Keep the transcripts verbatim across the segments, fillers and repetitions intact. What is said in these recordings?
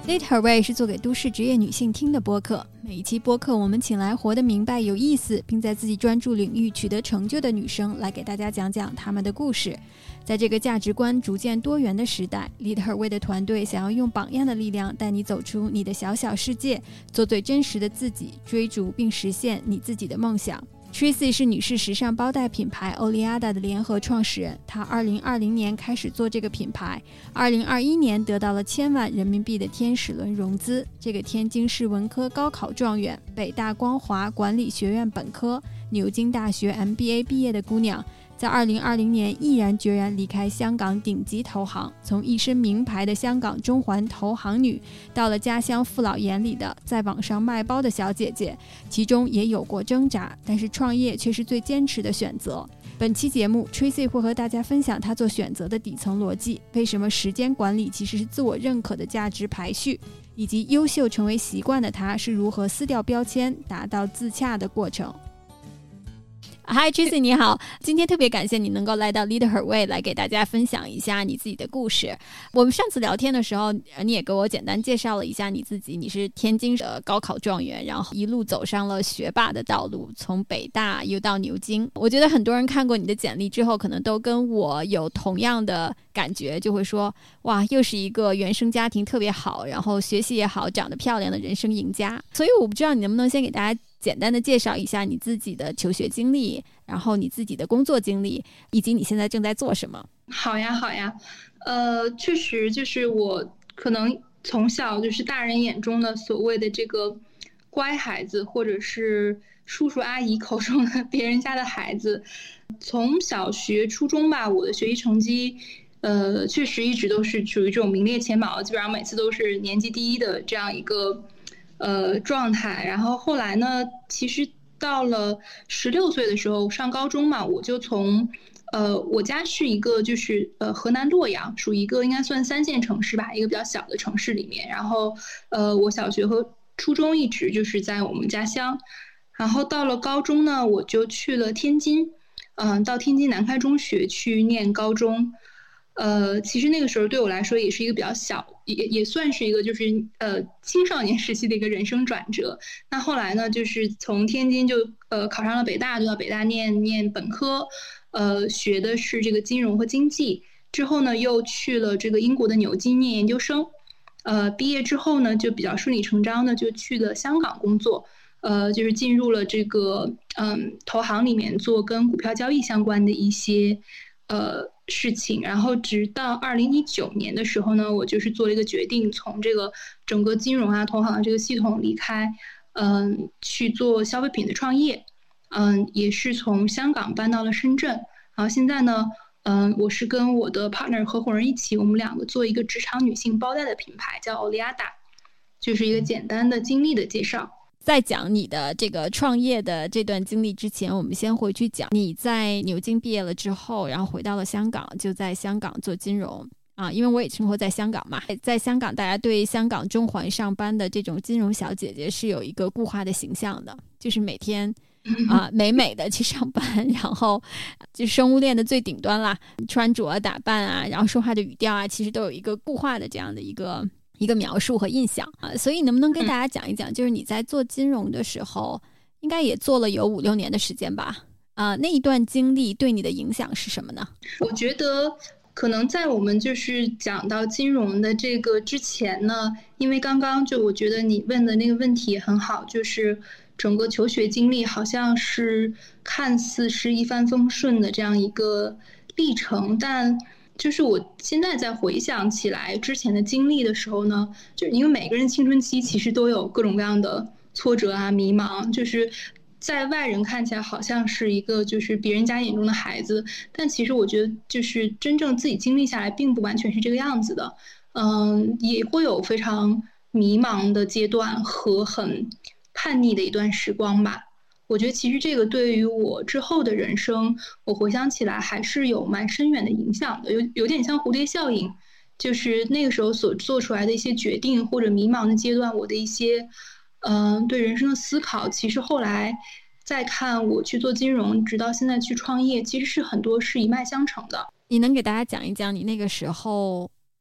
Lead Her Way 是做给都市职业女性听的播客，每一期播客我们请来活得明白有意思并在自己专注领域取得成就的女生来给大家讲讲她们的故事。在这个价值观逐渐多元的时代， Lead Her Way 的团队想要用榜样的力量带你走出你的小小世界，做最真实的自己，追逐并实现你自己的梦想。Tracy 是女士时尚包袋品牌 Oliada 的联合创始人，她二零二零年开始做这个品牌，二零二一年得到了千万人民币的天使轮融资。这个天津市文科高考状元，北大光华管理学院本科，牛津大学 M B A 毕业的姑娘，在二零二零年毅然决然离开香港顶级投行，从一身名牌的香港中环投行女到了家乡父老眼里的在网上卖包的小姐姐，其中也有过挣扎，但是创业却是最坚持的选择。本期节目 Tracy 会和大家分享她做选择的底层逻辑，为什么时间管理其实是自我认可的价值排序，以及优秀成为习惯的她是如何撕掉标签达到自洽的过程。Hi Tracy 你好，今天特别感谢你能够来到 Lead Her Way 来给大家分享一下你自己的故事。我们上次聊天的时候你也给我简单介绍了一下你自己，你是天津的高考状元，然后一路走上了学霸的道路，从北大又到牛津。我觉得很多人看过你的简历之后可能都跟我有同样的感觉，就会说哇，又是一个原生家庭特别好，然后学习也好，长得漂亮的人生赢家。所以我不知道你能不能先给大家简单的介绍一下你自己的求学经历，然后你自己的工作经历，以及你现在正在做什么。 好呀好呀，呃，确实就是我可能从小就是大人眼中的所谓的这个乖孩子，或者是叔叔阿姨口中的别人家的孩子。从小学初中吧，我的学习成绩呃，确实一直都是属于这种名列前茅，基本上每次都是年级第一的这样一个呃状态。然后后来呢，其实到了十六岁的时候上高中嘛，我就从呃我家是一个就是呃河南洛阳，属于一个应该算三线城市吧，一个比较小的城市里面。然后呃我小学和初中一直就是在我们家乡。然后到了高中呢，我就去了天津，嗯、呃，到天津南开中学去念高中。呃，其实那个时候对我来说也是一个比较小，也也算是一个就是呃青少年时期的一个人生转折。那后来呢，就是从天津就呃考上了北大，就到北大念念本科，呃学的是这个金融和经济。之后呢，又去了这个英国的牛津念研究生。呃，毕业之后呢，就比较顺理成章的就去了香港工作，呃，就是进入了这个嗯投行里面做跟股票交易相关的一些呃事情。然后直到二零一九年的时候呢，我就是做了一个决定，从这个整个金融啊投行的这个系统离开，嗯，去做消费品的创业。嗯，也是从香港搬到了深圳。然后现在呢，嗯，我是跟我的 partner 合伙人一起，我们两个做一个职场女性包袋的品牌，叫 Oliada， 就是一个简单的经历的介绍。 在讲你的这个创业的这段经历之前，我们先回去讲你在牛津毕业了之后，然后回到了香港，就在香港做金融啊。因为我也生活在香港嘛，在香港大家对香港中环上班的这种金融小姐姐是有一个固化的形象的，就是每天啊美美的去上班，然后就生物链的最顶端啦，穿着打扮啊，然后说话的语调啊，其实都有一个固化的这样的一个一个描述和印象啊。所以能不能跟大家讲一讲，就是你在做金融的时候，应该也做了有五六年的时间吧？啊，那一段经历对你的影响是什么呢？ 我觉得可能在我们就是讲到金融的这个之前呢，因为刚刚就我觉得你问的那个问题也很好，就是整个求学经历好像是看似是一帆风顺的这样一个历程，但就是我现在在回想起来之前的经历的时候呢，就是因为每个人青春期其实都有各种各样的挫折啊迷茫，就是在外人看起来好像是一个就是别人家眼中的孩子，但其实我觉得就是真正自己经历下来并不完全是这个样子的。嗯，也会有非常迷茫的阶段和很叛逆的一段时光吧。我觉得其实这个对于我之后的人生，我回想起来还是有蛮深远的影响的，有有点像蝴蝶效应，就是那个时候所做出来的一些决定或者迷茫的阶段，我的一些嗯、呃、对人生的思考，其实后来再看我去做金融，直到现在去创业，其实是很多是一脉相承的。 你能给大家讲一讲你那个时候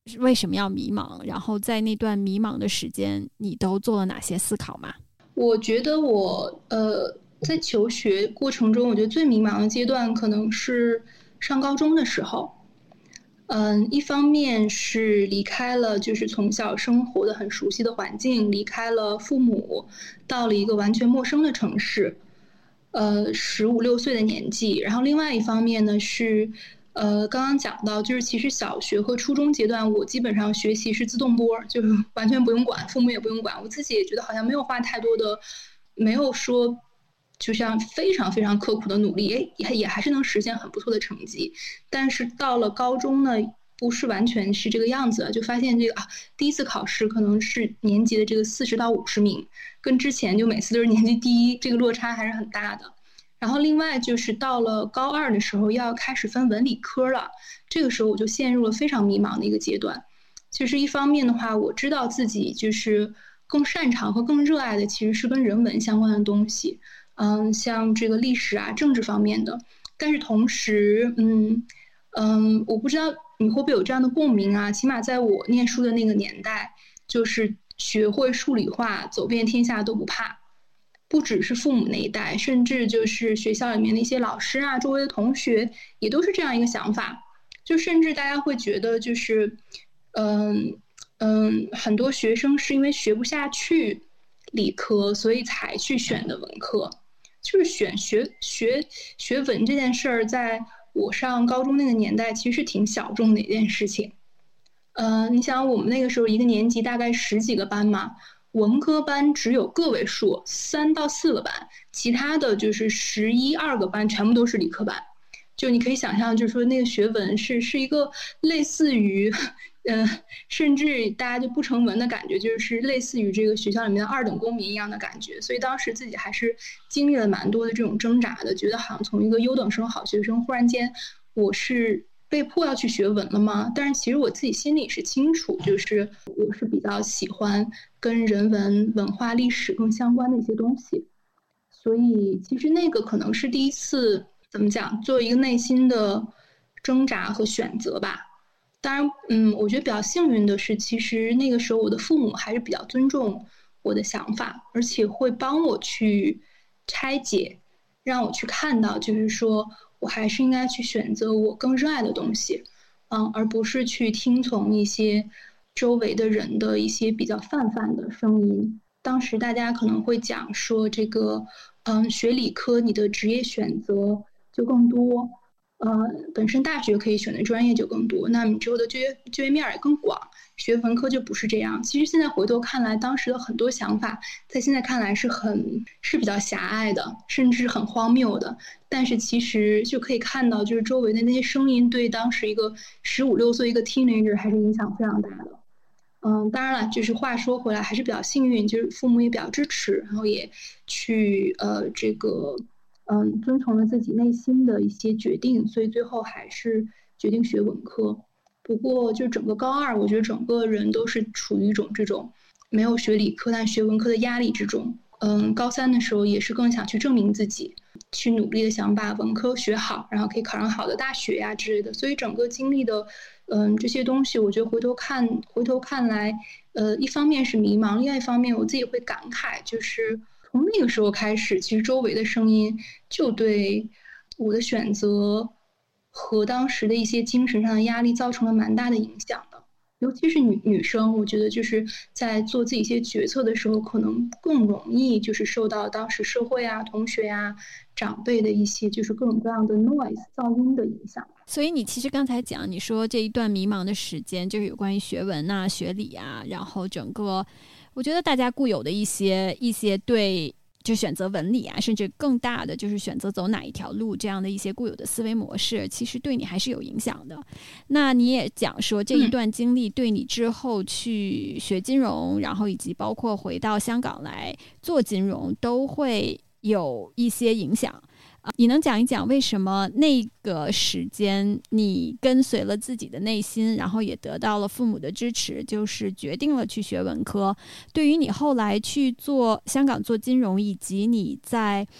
为什么要迷茫？然后在那段迷茫的时间，你都做了哪些思考吗？ 我觉得我呃在求学过程中，我觉得最迷茫的阶段可能是上高中的时候。嗯，一方面是离开了就是从小生活的很熟悉的环境，离开了父母，到了一个完全陌生的城市，呃，十五六岁的年纪。然后另外一方面呢是，呃，刚刚讲到就是其实小学和初中阶段，我基本上学习是自动波，就是完全不用管，父母也不用管，我自己也觉得好像没有花太多的，没有说。就像非常非常刻苦的努力，也也还是能实现很不错的成绩。但是到了高中呢，不是完全是这个样子，就发现这个啊，第一次考试可能是年级的这个四十到五十名，跟之前就每次都是年级第一，这个落差还是很大的。然后另外就是到了高二的时候，要开始分文理科了，这个时候我就陷入了非常迷茫的一个阶段。其实一方面的话，我知道自己就是更擅长和更热爱的其实是跟人文相关的东西。嗯，像这个历史啊、政治方面的，但是同时，嗯嗯，我不知道你会不会有这样的共鸣啊？起码在我念书的那个年代，就是学会数理化，走遍天下都不怕。不只是父母那一代，甚至就是学校里面的一些老师啊、周围的同学，也都是这样一个想法。就甚至大家会觉得，就是，嗯嗯，很多学生是因为学不下去理科，所以才去选的文科。就是选学学学文这件事儿，在我上高中那个年代，其实挺小众的一件事情。呃，你想我们那个时候一个年级大概十几个班嘛，文科班只有个位数，三到四个班，其他的就是十一二个班，全部都是理科班。就你可以想象，就是说那个学文是是一个类似于。嗯、呃，甚至大家就不成文的感觉，就是类似于这个学校里面的二等公民一样的感觉。所以当时自己还是经历了蛮多的这种挣扎的，觉得好像从一个优等生、好学生，忽然间我是被迫要去学文了吗？但是其实我自己心里是清楚，就是我是比较喜欢跟人文、文化、历史更相关的一些东西。所以其实那个可能是第一次，怎么讲，做一个内心的挣扎和选择吧。当然，嗯，我觉得比较幸运的是，其实那个时候我的父母还是比较尊重我的想法，而且会帮我去拆解，让我去看到，就是说我还是应该去选择我更热爱的东西，嗯，而不是去听从一些周围的人的一些比较泛泛的声音。当时大家可能会讲说，这个，嗯，学理科你的职业选择就更多。呃，本身大学可以选的专业就更多，那你之后的就业就业面也更广。学文科就不是这样。其实现在回头看来，当时的很多想法，在现在看来是很是比较狭隘的，甚至很荒谬的。但是其实就可以看到，就是周围的那些声音，对当时一个十五六岁一个 teenager 还是影响非常大的。嗯，当然了，就是话说回来，还是比较幸运，就是父母也比较支持，然后也去呃这个。嗯，遵从了自己内心的一些决定，所以最后还是决定学文科。不过，就整个高二，我觉得整个人都是处于一种这种没有学理科但学文科的压力之中。嗯，高三的时候也是更想去证明自己，去努力的想把文科学好，然后可以考上好的大学呀之类的。所以整个经历的，嗯，这些东西，我觉得回头看，回头看来，呃，一方面是迷茫，另外一方面我自己会感慨，就是。从那个时候开始，其实周围的声音就对我的选择和当时的一些精神上的压力造成了蛮大的影响的。尤其是女女生，我觉得就是在做自己一些决策的时候，可能更容易就是受到当时社会啊、同学啊、长辈的一些就是各种各样的 noise 噪音的影响。 所以你其实刚才讲，你说这一段迷茫的时间，就是有关于学文啊、学理啊，然后整个。我觉得大家固有的一些一些对就选择文理啊，甚至更大的就是选择走哪一条路这样的一些固有的思维模式，其实对你还是有影响的。那你也讲说这一段经历对你之后去学金融，然后以及包括回到香港来做金融都会有一些影响。你能讲一讲为什么那个时间你跟随了自己的内心，然后也得到了父母的支持，就是决定了去学文科，对于你后来去做香港做金融，以及你在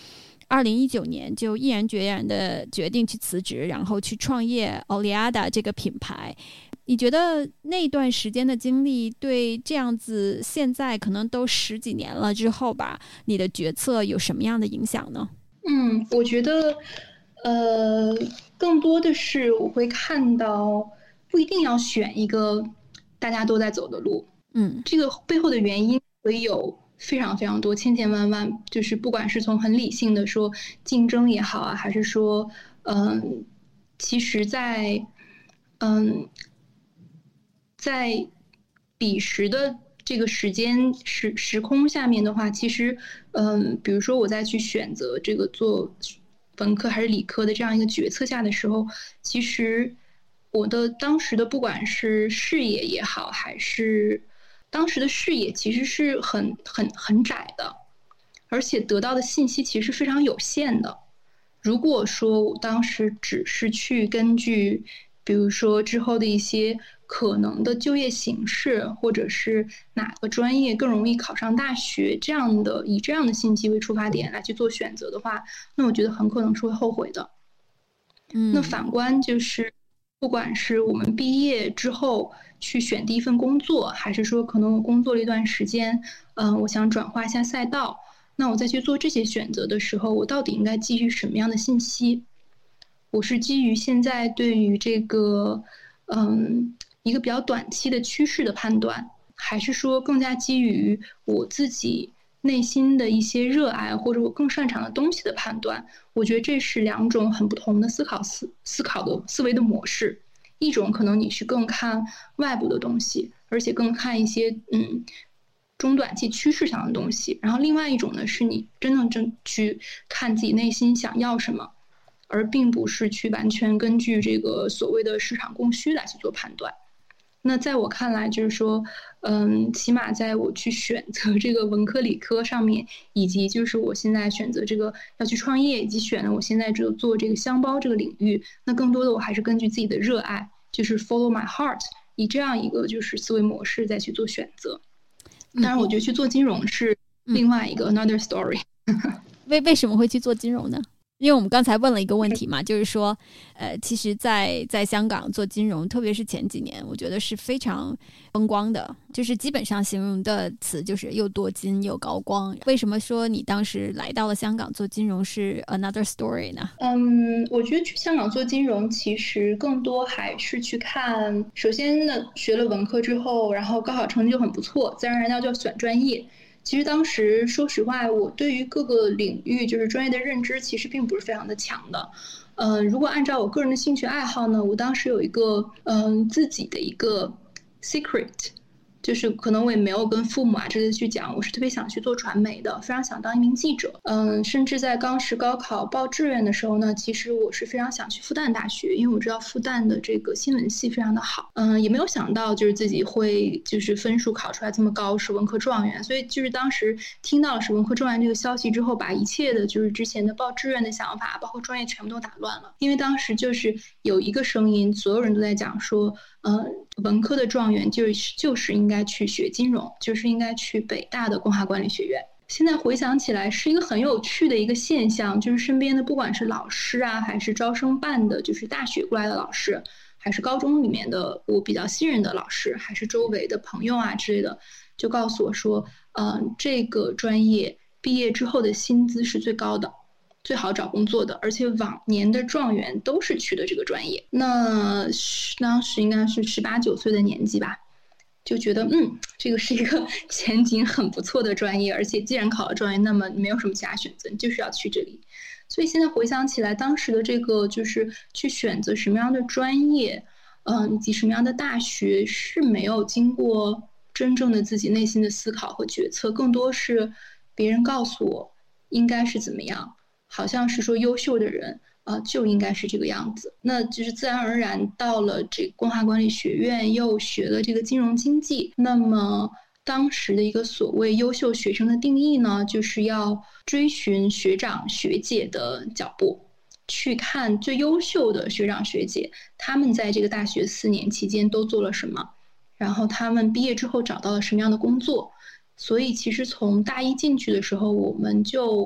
二零一九年就毅然决然的决定去辞职，然后去创业 Oleada 这个品牌。你觉得那段时间的经历对这样子现在可能都十几年了之后吧，你的决策有什么样的影响呢？ 嗯，我觉得呃，更多的是我会看到不一定要选一个大家都在走的路， 嗯， 这个背后的原因可以有非常非常多，千千万万，就是不管是从很理性的说竞争也好啊，还是说嗯，其实在嗯在彼时的这个时间时时空下面的话，其实嗯，比如说我在去选择这个做文科还是理科的这样一个决策下的时候，其实我的当时的不管是视野也好，还是当时的视野其实是很很很窄的，而且得到的信息其实非常有限的。如果说我当时只是去根据比如说之后的一些可能的就业形势，或者是哪个专业更容易考上大学，这样的以这样的信息为出发点来去做选择的话，那我觉得很可能是会后悔的。 嗯， 那反观就是不管是我们毕业之后去选第一份工作，还是说可能我工作了一段时间，嗯、呃，我想转化一下赛道，那我再去做这些选择的时候，我到底应该基于什么样的信息？我是基于现在对于这个嗯一个比较短期的趋势的判断，还是说更加基于我自己内心的一些热爱或者我更擅长的东西的判断？我觉得这是两种很不同的思考思思考的思维的模式。一种可能你是更看外部的东西，而且更看一些嗯中短期趋势上的东西，然后另外一种呢是你真正正去看自己内心想要什么，而并不是去完全根据这个所谓的市场供需来去做判断。那在我看来就是说嗯，起码在我去选择这个文科理科上面，以及就是我现在选择这个要去创业，以及选了我现在就做这个箱包这个领域，那更多的我还是根据自己的热爱，就是 follow my heart， 以这样一个就是思维模式再去做选择。当然我觉得去做金融是另外一个 another story。 为为什么会去做金融呢？因为我们刚才问了一个问题嘛，就是说呃，其实在在香港做金融，特别是前几年，我觉得是非常风光的，就是基本上形容的词就是又多金又高光。为什么说你当时来到了香港做金融是 another story 呢？ 嗯，我觉得去香港做金融其实更多还是去看，首先呢学了文科之后，然后高考成绩就很不错，自然而然就要选专业。其实当时说实话，我对于各个领域就是专业的认知其实并不是非常的强的。嗯、呃，如果按照我个人的兴趣爱好呢，我当时有一个嗯、呃、自己的一个 secret， 就是可能我也没有跟父母啊这些去讲，我是特别想去做传媒的，非常想当一名记者。嗯，甚至在当时高考报志愿的时候呢，其实我是非常想去复旦大学，因为我知道复旦的这个新闻系非常的好。嗯，也没有想到就是自己会就是分数考出来这么高，是文科状元。所以就是当时听到了是文科状元这个消息之后，把一切的就是之前的报志愿的想法，包括专业全部都打乱了。因为当时就是有一个声音，所有人都在讲说，呃，文科的状元就是就是应该去学金融，就是应该去北大的光华管理学院。现在回想起来是一个很有趣的一个现象，就是身边的不管是老师啊，还是招生办的，就是大学过来的老师，还是高中里面的我比较信任的老师，还是周围的朋友啊之类的，就告诉我说，嗯、呃，这个专业毕业之后的薪资是最高的，最好找工作的，而且往年的状元都是去的这个专业。那当时应该是十八九岁的年纪吧，就觉得嗯，这个是一个前景很不错的专业，而且既然考了状元，那么没有什么其他选择，你就是要去这里。所以现在回想起来，当时的这个就是去选择什么样的专业，嗯，以及什么样的大学，是没有经过真正的自己内心的思考和决策，更多是别人告诉我应该是怎么样，好像是说优秀的人呃，就应该是这个样子。那就是自然而然到了这个光华管理学院，又学了这个金融经济。那么当时的一个所谓优秀学生的定义呢，就是要追寻学长学姐的脚步，去看最优秀的学长学姐，他们在这个大学四年期间都做了什么，然后他们毕业之后找到了什么样的工作。所以其实从大一进去的时候，我们就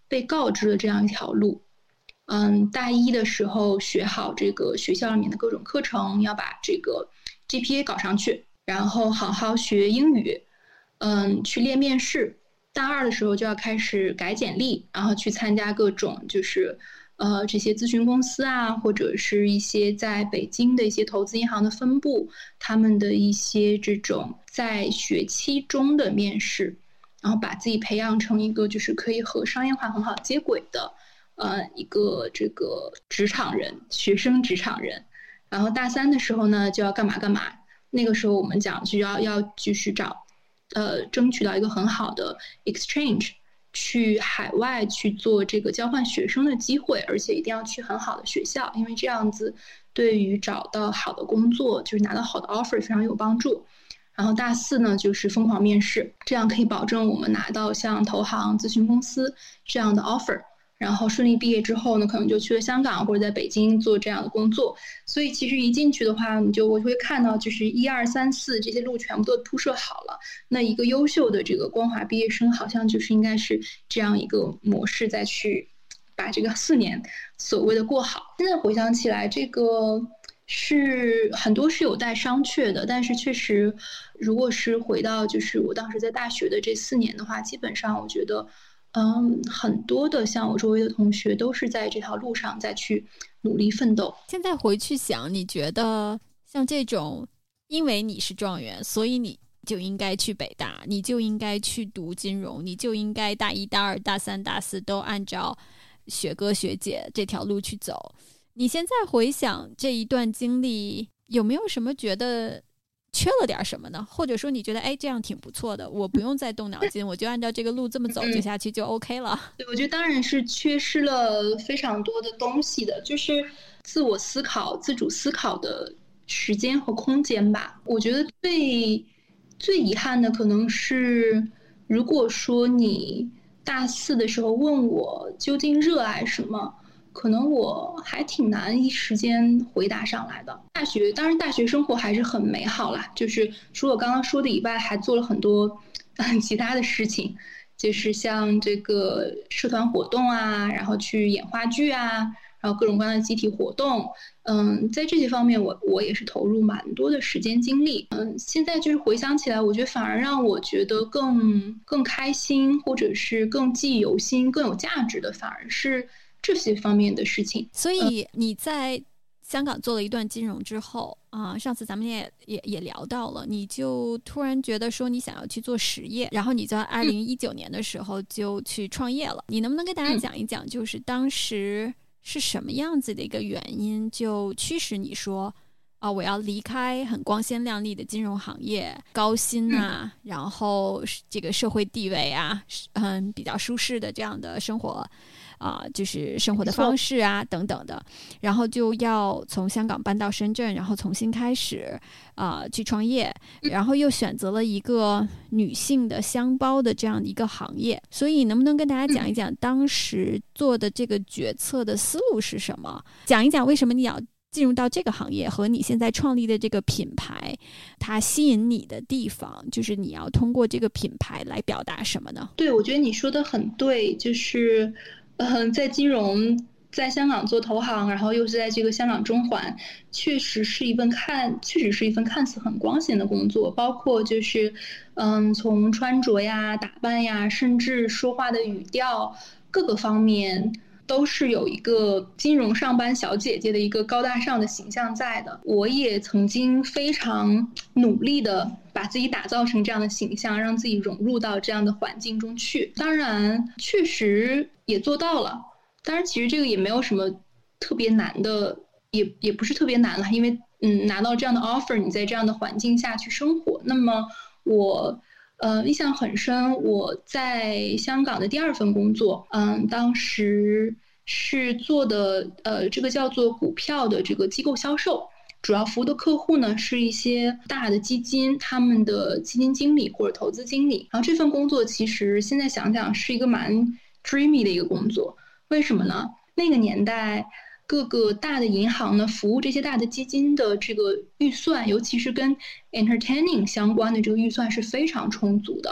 被告知了这样一条路。嗯，大一的时候学好这个学校里面的各种课程，要把这个 G P A 搞上去，然后好好学英语，嗯，去练面试。大二的时候就要开始改简历，然后去参加各种就是呃这些咨询公司啊，或者是一些在北京的一些投资银行的分部，他们的一些这种在学期中的面试，然后把自己培养成一个就是可以和商业化很好接轨的呃一个这个职场人，学生职场人。然后大三的时候呢就要干嘛干嘛，那个时候我们讲就要要继续找呃争取到一个很好的 exchange， 去海外去做这个交换学生的机会，而且一定要去很好的学校，因为这样子对于找到好的工作，就是拿到好的 offer 非常有帮助。然后大四呢就是疯狂面试，这样可以保证我们拿到像投行、咨询公司这样的 offer，然后顺利毕业之后呢，可能就去了香港或者在北京做这样的工作。所以其实一进去的话，你就我会看到就是一二三四这些路全部都铺设好了。那一个优秀的这个光华毕业生，好像就是应该是这样一个模式，再去把这个四年所谓的过好。现在回想起来，这个是很多是有待商榷的，但是确实，如果是回到就是我当时在大学的这四年的话，基本上我觉得。嗯，很多的像我周围的同学都是在这条路上再去努力奋斗。 现在回去想，你觉得像这种因为你是状元，所以你就应该去北大，你就应该去读金融，你就应该大一大二大三大四都按照学哥学姐这条路去走，你现在回想这一段经历，有没有什么觉得缺了点什么呢？或者说你觉得哎这样挺不错的，我不用再动脑筋，我就按照这个路这么走就下去就 OK 了。 对，我觉得当然是缺失了非常多的东西的，就是自我思考、自主思考的时间和空间吧。我觉得最最遗憾的可能是，如果说你大四的时候问我究竟热爱什么，可能我还挺难一时间回答上来的。大学当然大学生活还是很美好啦，就是除了刚刚说的以外，还做了很多、嗯、其他的事情，就是像这个社团活动啊，然后去演话剧啊，然后各种各样的集体活动。嗯，在这些方面我我也是投入蛮多的时间精力。嗯，现在就是回想起来，我觉得反而让我觉得更更开心，或者是更记忆犹新、更有价值的，反而是这些方面的事情。 所以你在香港做了一段金融之后啊、呃，上次咱们也也也聊到了，你就突然觉得说你想要去做实业，然后你在二零一九年的时候就去创业了、嗯、你能不能跟大家讲一讲，就是当时是什么样子的一个原因就驱使你说啊，我要离开很光鲜亮丽的金融行业，高薪啊、嗯、然后这个社会地位啊，嗯，比较舒适的这样的生活啊、呃，就是生活的方式啊等等的，然后就要从香港搬到深圳，然后重新开始啊、呃、去创业，然后又选择了一个女性的箱包的这样的一个行业，所以能不能跟大家讲一讲当时做的这个决策的思路是什么？讲一讲为什么你要进入到这个行业，和你现在创立的这个品牌它吸引你的地方，就是你要通过这个品牌来表达什么呢？ 对，我觉得你说的很对，就是嗯，在金融在香港做投行，然后又是在这个香港中环，确实是一份看确实是一份看似很光鲜的工作，包括就是嗯，从穿着呀、打扮呀，甚至说话的语调各个方面都是有一个金融上班小姐姐的一个高大上的形象在的。我也曾经非常努力的把自己打造成这样的形象，让自己融入到这样的环境中去。当然确实也做到了，当然其实这个也没有什么特别难的，也也不是特别难了，因为嗯拿到这样的 offer， 你在这样的环境下去生活。那么我呃，印象很深，我在香港的第二份工作，嗯，当时是做的呃，这个叫做股票的这个机构销售，主要服务的客户呢是一些大的基金，他们的基金经理或者投资经理。然后这份工作其实现在想想是一个蛮 dreamy 的一个工作，为什么呢？那个年代各个大的银行呢，服务这些大的基金的这个预算，尤其是跟 entertaining 相关的这个预算是非常充足的。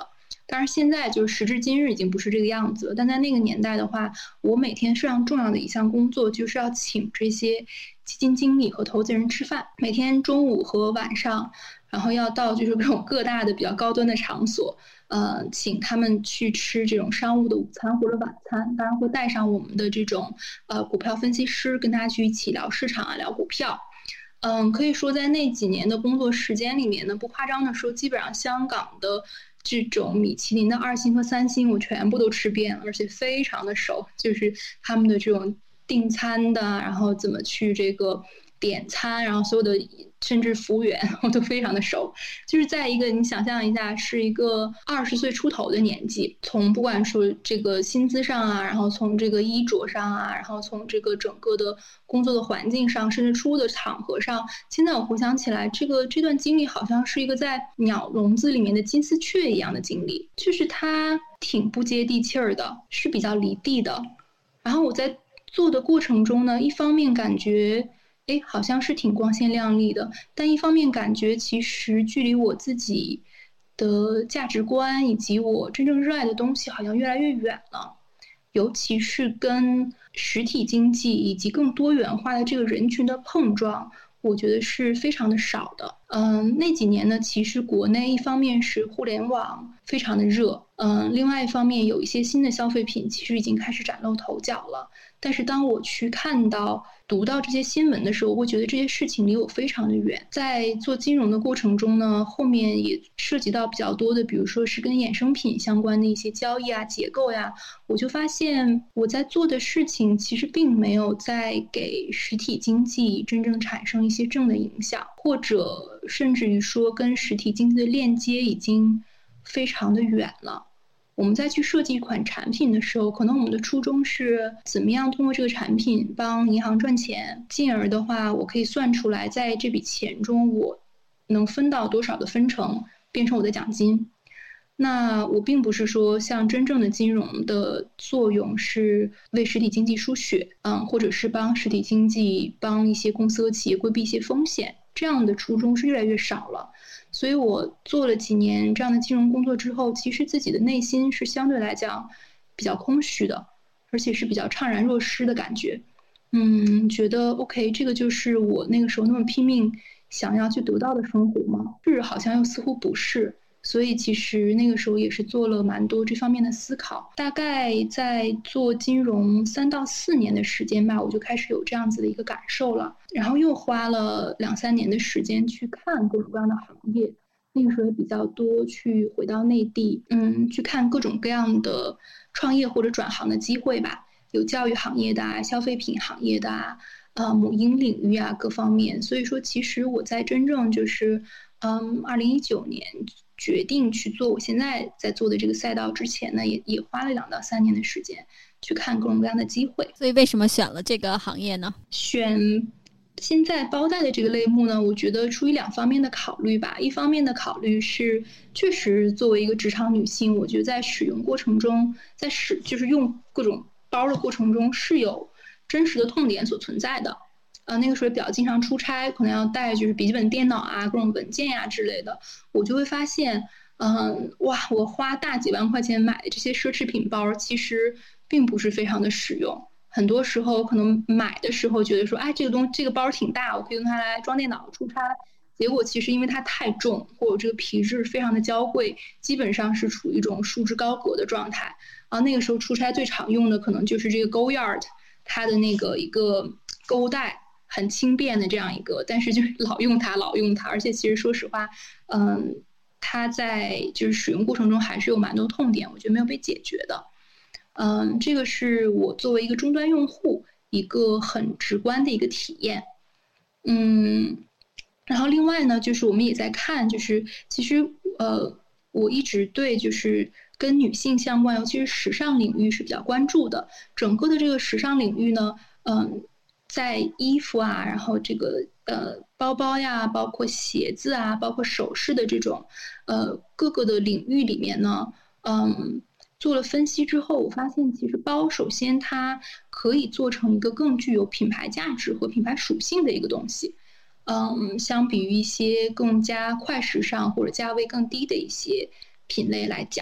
当然现在就是时至今日已经不是这个样子了，但在那个年代的话，我每天非常重要的一项工作就是要请这些基金经理和投资人吃饭，每天中午和晚上，然后要到就是各种各大的比较高端的场所，呃，请他们去吃这种商务的午餐或者晚餐，当然会带上我们的这种呃股票分析师，跟他去一起聊市场啊，聊股票。嗯，可以说在那几年的工作时间里面呢，不夸张的说，基本上香港的这种米其林的二星和三星我全部都吃遍了，而且非常的熟，就是他们的这种订餐的，然后怎么去这个点餐，然后所有的甚至服务员我都非常的熟。就是在一个你想象一下是一个二十岁出头的年纪，从不管说这个薪资上啊，然后从这个衣着上啊，然后从这个整个的工作的环境上，甚至出的场合上，现在我回想起来，这个这段经历好像是一个在鸟笼子里面的金丝雀一样的经历，就是它挺不接地气儿的，是比较离地的。然后我在做的过程中呢，一方面感觉哎，好像是挺光鲜亮丽的，但一方面感觉其实距离我自己的价值观以及我真正热爱的东西好像越来越远了，尤其是跟实体经济以及更多元化的这个人群的碰撞，我觉得是非常的少的。嗯，那几年呢，其实国内一方面是互联网非常的热，嗯，另外一方面有一些新的消费品其实已经开始崭露头角了。但是当我去看到读到这些新闻的时候，我会觉得这些事情离我非常的远。在做金融的过程中呢，后面也涉及到比较多的，比如说是跟衍生品相关的一些交易啊、结构呀，我就发现我在做的事情其实并没有在给实体经济真正产生一些正的影响，或者甚至于说跟实体经济的链接已经非常的远了。我们再去设计一款产品的时候，可能我们的初衷是怎么样通过这个产品帮银行赚钱，进而的话我可以算出来在这笔钱中我能分到多少的分成变成我的奖金。那我并不是说像真正的金融的作用是为实体经济输血，嗯，或者是帮实体经济帮一些公司和企业规避一些风险，这样的初衷是越来越少了。所以我做了几年这样的金融工作之后，其实自己的内心是相对来讲比较空虚的，而且是比较怅然若失的感觉。嗯，觉得 OK， 这个就是我那个时候那么拼命想要去得到的生活吗？是，好像又似乎不是。所以其实那个时候也是做了蛮多这方面的思考，大概在做金融三到四年的时间吧，我就开始有这样子的一个感受了，然后又花了两三年的时间去看各种各样的行业，那个时候也比较多去回到内地，嗯，去看各种各样的创业或者转行的机会吧，有教育行业的啊，消费品行业的啊，呃，母婴领域啊，各方面。所以说其实我在真正就是嗯二零一九年决定去做我现在在做的这个赛道之前呢，也也花了两到三年的时间去看各种各样的机会。 所以为什么选了这个行业呢？ 选现在包贷的这个类目呢，我觉得出于两方面的考虑吧。一方面的考虑是，确实作为一个职场女性，我觉得在使用过程中，在使就是用各种包的过程中是有真实的痛点所存在的。呃，那个时候比较经常出差，可能要带就是笔记本电脑啊、各种文件呀、啊、之类的，我就会发现，嗯、呃，哇，我花大几万块钱买的这些奢侈品包，其实并不是非常的实用。很多时候可能买的时候觉得说，哎，这个东西这个包挺大，我可以用它来装电脑出差。结果其实因为它太重，或者这个皮质非常的娇贵，基本上是处于一种束之高阁的状态。啊，那个时候出差最常用的可能就是这个 Goyard， 它的那个一个购物袋。很轻便的这样一个，但是就是老用它老用它，而且其实说实话，嗯，它在就是使用过程中还是有蛮多痛点，我觉得没有被解决的。嗯，这个是我作为一个终端用户一个很直观的一个体验。嗯，然后另外呢，就是我们也在看，就是其实呃，我一直对就是跟女性相关，尤其是时尚领域是比较关注的。整个的这个时尚领域呢，嗯。在衣服啊，然后这个呃包包呀，包括鞋子啊，包括首饰的这种呃各个的领域里面呢，嗯，做了分析之后，我发现其实包首先它可以做成一个更具有品牌价值和品牌属性的一个东西，嗯，相比于一些更加快时尚或者价位更低的一些品类来讲。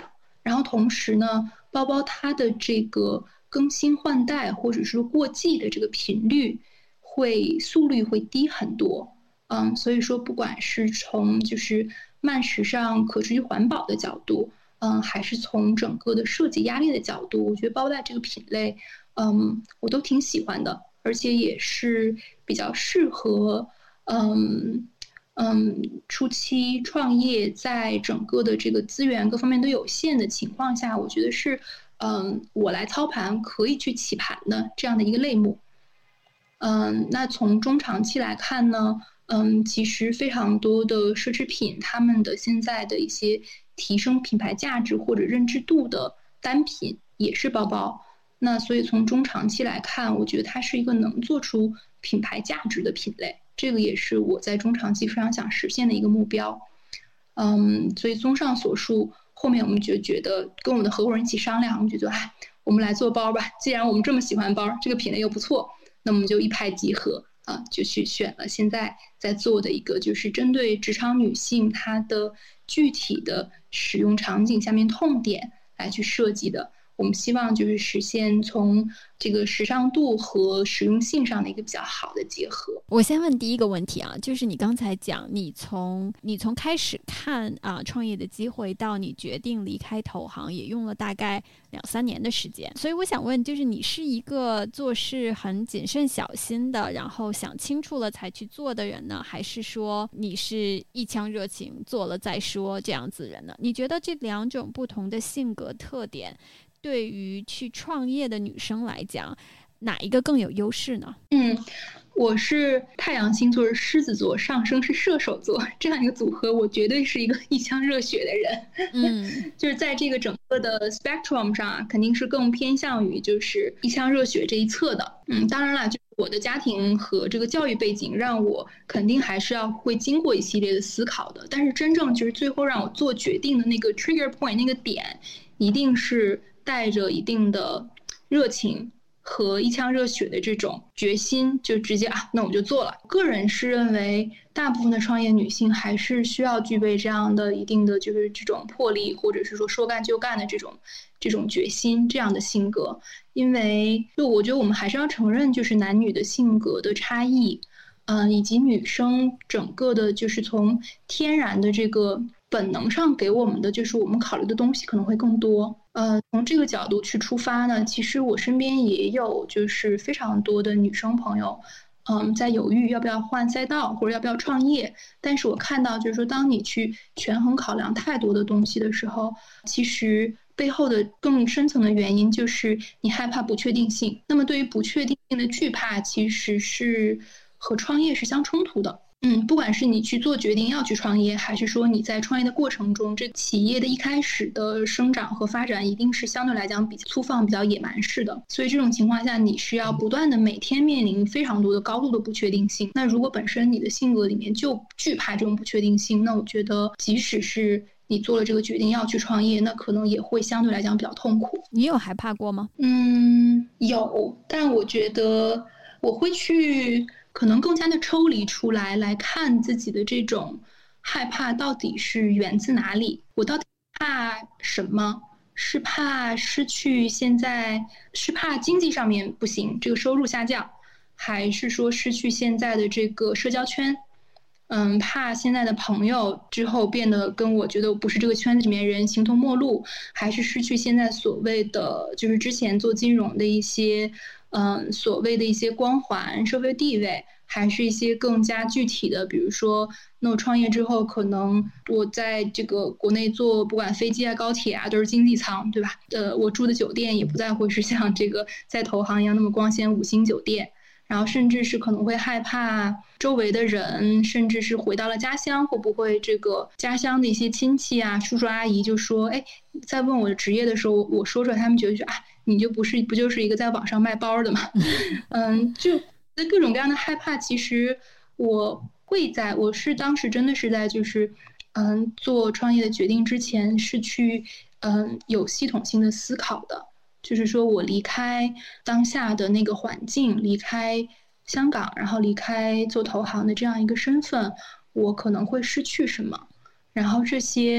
然后同时呢，包包它的这个更新换代或者是过季的这个频率会速率会低很多。嗯，所以说不管是从就是慢时尚可持续环保的角度，嗯，还是从整个的设计压力的角度，我觉得包袋这个品类，嗯，我都挺喜欢的，而且也是比较适合，嗯嗯，初期创业，在整个的这个资源各方面都有限的情况下，我觉得是，嗯，我来操盘可以去起盘的这样的一个类目。嗯，那从中长期来看呢，嗯，其实非常多的奢侈品，他们的现在的一些提升品牌价值或者认知度的单品也是包包。那所以从中长期来看，我觉得它是一个能做出品牌价值的品类，这个也是我在中长期非常想实现的一个目标。嗯，所以综上所述，后面我们就觉得跟我们的合伙人一起商量，我们就觉得，哎，我们来做包吧。既然我们这么喜欢包，这个品类又不错，那我们就一拍即合啊，就去选了现在在做的一个，就是针对职场女性她的具体的使用场景下面痛点来去设计的。我们希望就是实现从这个时尚度和实用性上的一个比较好的结合。 我先问第一个问题啊，就是你刚才讲你从你从开始看啊创业的机会到你决定离开投行也用了大概两三年的时间，所以我想问，就是你是一个做事很谨慎小心的，然后想清楚了才去做的人呢，还是说你是一腔热情做了再说这样子人呢？你觉得这两种不同的性格特点对于去创业的女生来讲，哪一个更有优势呢？ 嗯，我是太阳星座是狮子座，上升是射手座，这样一个组合，我绝对是一个一腔热血的人。嗯，就是在这个整个的 spectrum 上啊，肯定是更偏向于就是一腔热血这一侧的。嗯，当然了，就我的家庭和这个教育背景让我肯定还是要会经过一系列的思考的，但是真正就是最后让我做决定的那个 trigger point 那个点，一定是带着一定的热情和一腔热血的这种决心，就直接啊，那我就做了。个人是认为，大部分的创业女性还是需要具备这样的一定的就是这种魄力，或者是说说干就干的这种这种决心，这样的性格。因为就我觉得我们还是要承认，就是男女的性格的差异，嗯、呃，以及女生整个的就是从天然的这个本能上给我们的就是我们考虑的东西可能会更多。呃，从这个角度去出发呢，其实我身边也有就是非常多的女生朋友，嗯，在犹豫要不要换赛道或者要不要创业。但是我看到就是说，当你去权衡考量太多的东西的时候，其实背后的更深层的原因就是你害怕不确定性。那么对于不确定性的惧怕，其实是和创业是相冲突的。嗯，不管是你去做决定要去创业，还是说你在创业的过程中，这企业的一开始的生长和发展一定是相对来讲比较粗放、比较野蛮式的。所以这种情况下，你是要不断的每天面临非常多的高度的不确定性。那如果本身你的性格里面就惧怕这种不确定性，那我觉得即使是你做了这个决定要去创业，那可能也会相对来讲比较痛苦。 你有害怕过吗？ 嗯，有，但我觉得我会去可能更加的抽离出来，来看自己的这种害怕到底是源自哪里，我到底怕什么？是怕失去现在，是怕经济上面不行，这个收入下降，还是说失去现在的这个社交圈？嗯，怕现在的朋友之后变得跟我觉得不是这个圈子里面人形同陌路，还是失去现在所谓的就是之前做金融的一些嗯所谓的一些光环、社会地位，还是一些更加具体的，比如说，那我创业之后，可能我在这个国内坐不管飞机啊、高铁啊，都是经济舱，对吧？呃，我住的酒店也不再会是像这个在投行一样那么光鲜五星酒店。然后甚至是可能会害怕周围的人，甚至是回到了家乡，会不会这个家乡的一些亲戚啊、叔叔阿姨就说，哎，在问我的职业的时候，我说出来，他们觉得啊，你就不是不就是一个在网上卖包的嘛？嗯，就各种各样的害怕，其实我会在，我是当时真的是在就是嗯做创业的决定之前，是去嗯有系统性的思考的。就是说我离开当下的那个环境，离开香港，然后离开做投行的这样一个身份，我可能会失去什么？然后这些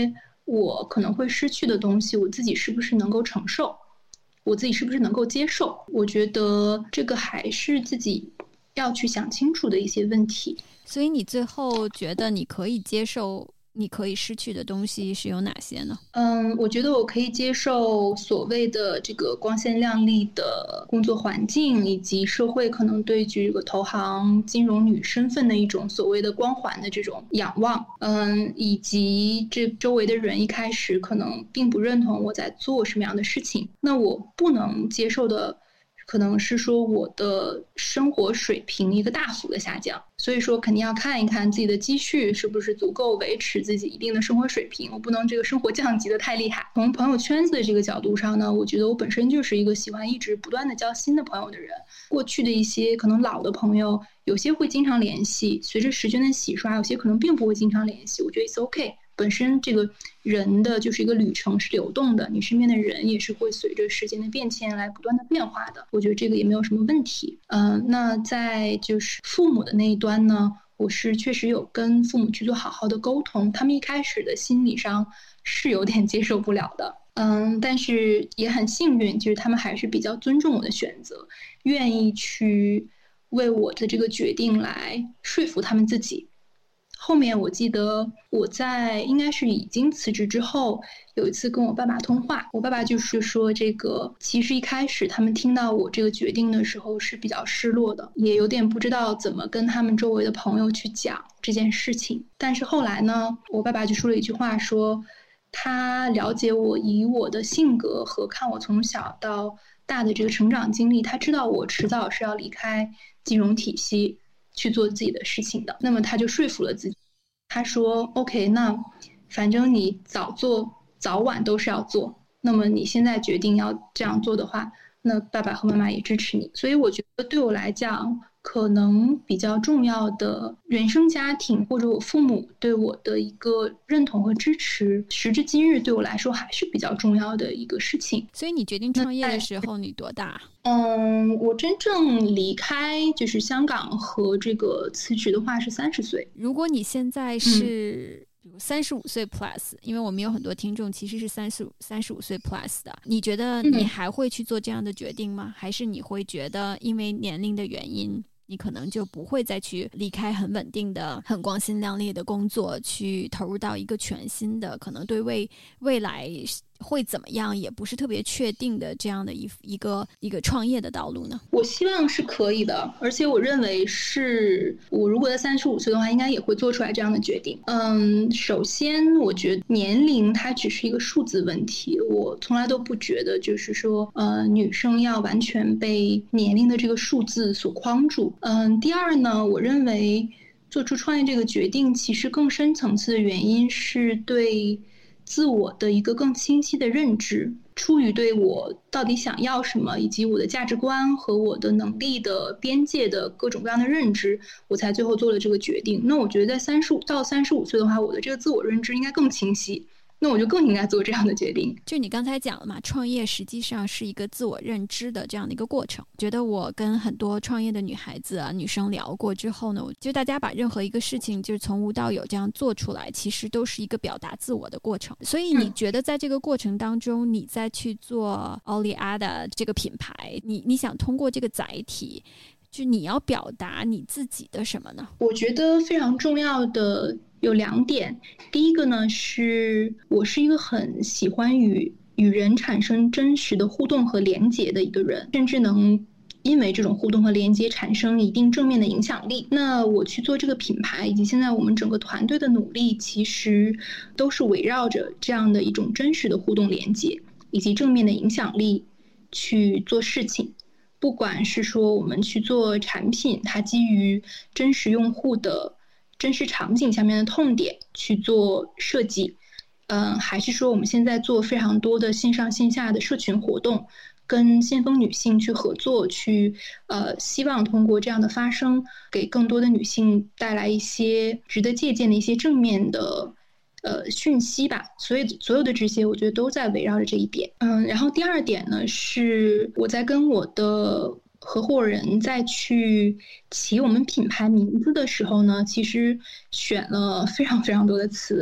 我可能会失去的东西，我自己是不是能够承受，我自己是不是能够接受。我觉得这个还是自己要去想清楚的一些问题。 所以你最后觉得你可以接受你可以失去的东西是有哪些呢？ 嗯，我觉得我可以接受所谓的这个光鲜亮丽的工作环境，以及社会可能对这个投行金融女身份的一种所谓的光环的这种仰望，嗯，以及这周围的人一开始可能并不认同我在做什么样的事情。那我不能接受的可能是说我的生活水平一个大幅的下降，所以说肯定要看一看自己的积蓄是不是足够维持自己一定的生活水平，我不能这个生活降级的太厉害。从朋友圈子的这个角度上呢，我觉得我本身就是一个喜欢一直不断的交新的朋友的人，过去的一些可能老的朋友有些会经常联系，随着时间的洗刷有些可能并不会经常联系，我觉得 it's okay。本身这个人的就是一个旅程是流动的，你身边的人也是会随着时间的变迁来不断的变化的，我觉得这个也没有什么问题。嗯、呃，那在就是父母的那一端呢，我是确实有跟父母去做好好的沟通，他们一开始的心理上是有点接受不了的，嗯，但是也很幸运，就是他们还是比较尊重我的选择，愿意去为我的这个决定来说服他们自己。后面我记得我在应该是已经辞职之后，有一次跟我爸爸通话，我爸爸就是说这个其实一开始他们听到我这个决定的时候是比较失落的，也有点不知道怎么跟他们周围的朋友去讲这件事情。但是后来呢，我爸爸就说了一句话，说他了解我以我的性格和看我从小到大的这个成长经历，他知道我迟早是要离开金融体系去做自己的事情的，那么他就说服了自己，他说 OK， 那反正你早做早晚都是要做，那么你现在决定要这样做的话，那爸爸和妈妈也支持你。所以我觉得对我来讲，可能比较重要的原生家庭或者我父母对我的一个认同和支持，时至今日对我来说还是比较重要的一个事情。 所以你决定创业的时候你多大？ 嗯，我真正离开就是香港和这个辞职的话是三十岁。 如果你现在是、嗯比如三十五岁 plus， 因为我们有很多听众其实是三十三十五岁 plus 的，你觉得你还会去做这样的决定吗？嗯、还是你会觉得因为年龄的原因，你可能就不会再去离开很稳定的、很光鲜亮丽的工作，去投入到一个全新的，可能对未未来会怎么样也不是特别确定的这样的一一个一个创业的道路呢？ 我希望是可以的，而且我认为是我如果在三十五岁的话，应该也会做出来这样的决定。嗯，首先我觉得年龄它只是一个数字问题，我从来都不觉得就是说，呃，女生要完全被年龄的这个数字所框住。嗯，第二呢，我认为做出创业这个决定，其实更深层次的原因是对自我的一个更清晰的认知，出于对我到底想要什么，以及我的价值观和我的能力的边界的各种各样的认知，我才最后做了这个决定。那我觉得在三十五到三十五岁的话，我的这个自我认知应该更清晰，那我就更应该做这样的决定。 就你刚才讲了嘛，创业实际上是一个自我认知的这样的一个过程。觉得我跟很多创业的女孩子啊、女生聊过之后呢，就大家把任何一个事情就是从无到有这样做出来，其实都是一个表达自我的过程。所以你觉得在这个过程当中，你再去做 Oliada 这个品牌，你你想通过这个载体，就你要表达你自己的什么呢？ 我觉得非常重要的有两点，第一个呢是我是一个很喜欢与与人产生真实的互动和连结的一个人，甚至能因为这种互动和连接产生一定正面的影响力。那我去做这个品牌，以及现在我们整个团队的努力，其实都是围绕着这样的一种真实的互动连接以及正面的影响力去做事情。不管是说我们去做产品，它基于真实用户的真实场景下面的痛点去做设计，嗯，还是说我们现在做非常多的线上线下的社群活动，跟先锋女性去合作，去呃，希望通过这样的发声，给更多的女性带来一些值得借鉴的一些正面的呃讯息吧。所以所有的这些，我觉得都在围绕着这一点。嗯，然后第二点呢，是我在跟我的合伙人在去起我们品牌名字的时候呢，其实选了非常非常多的词。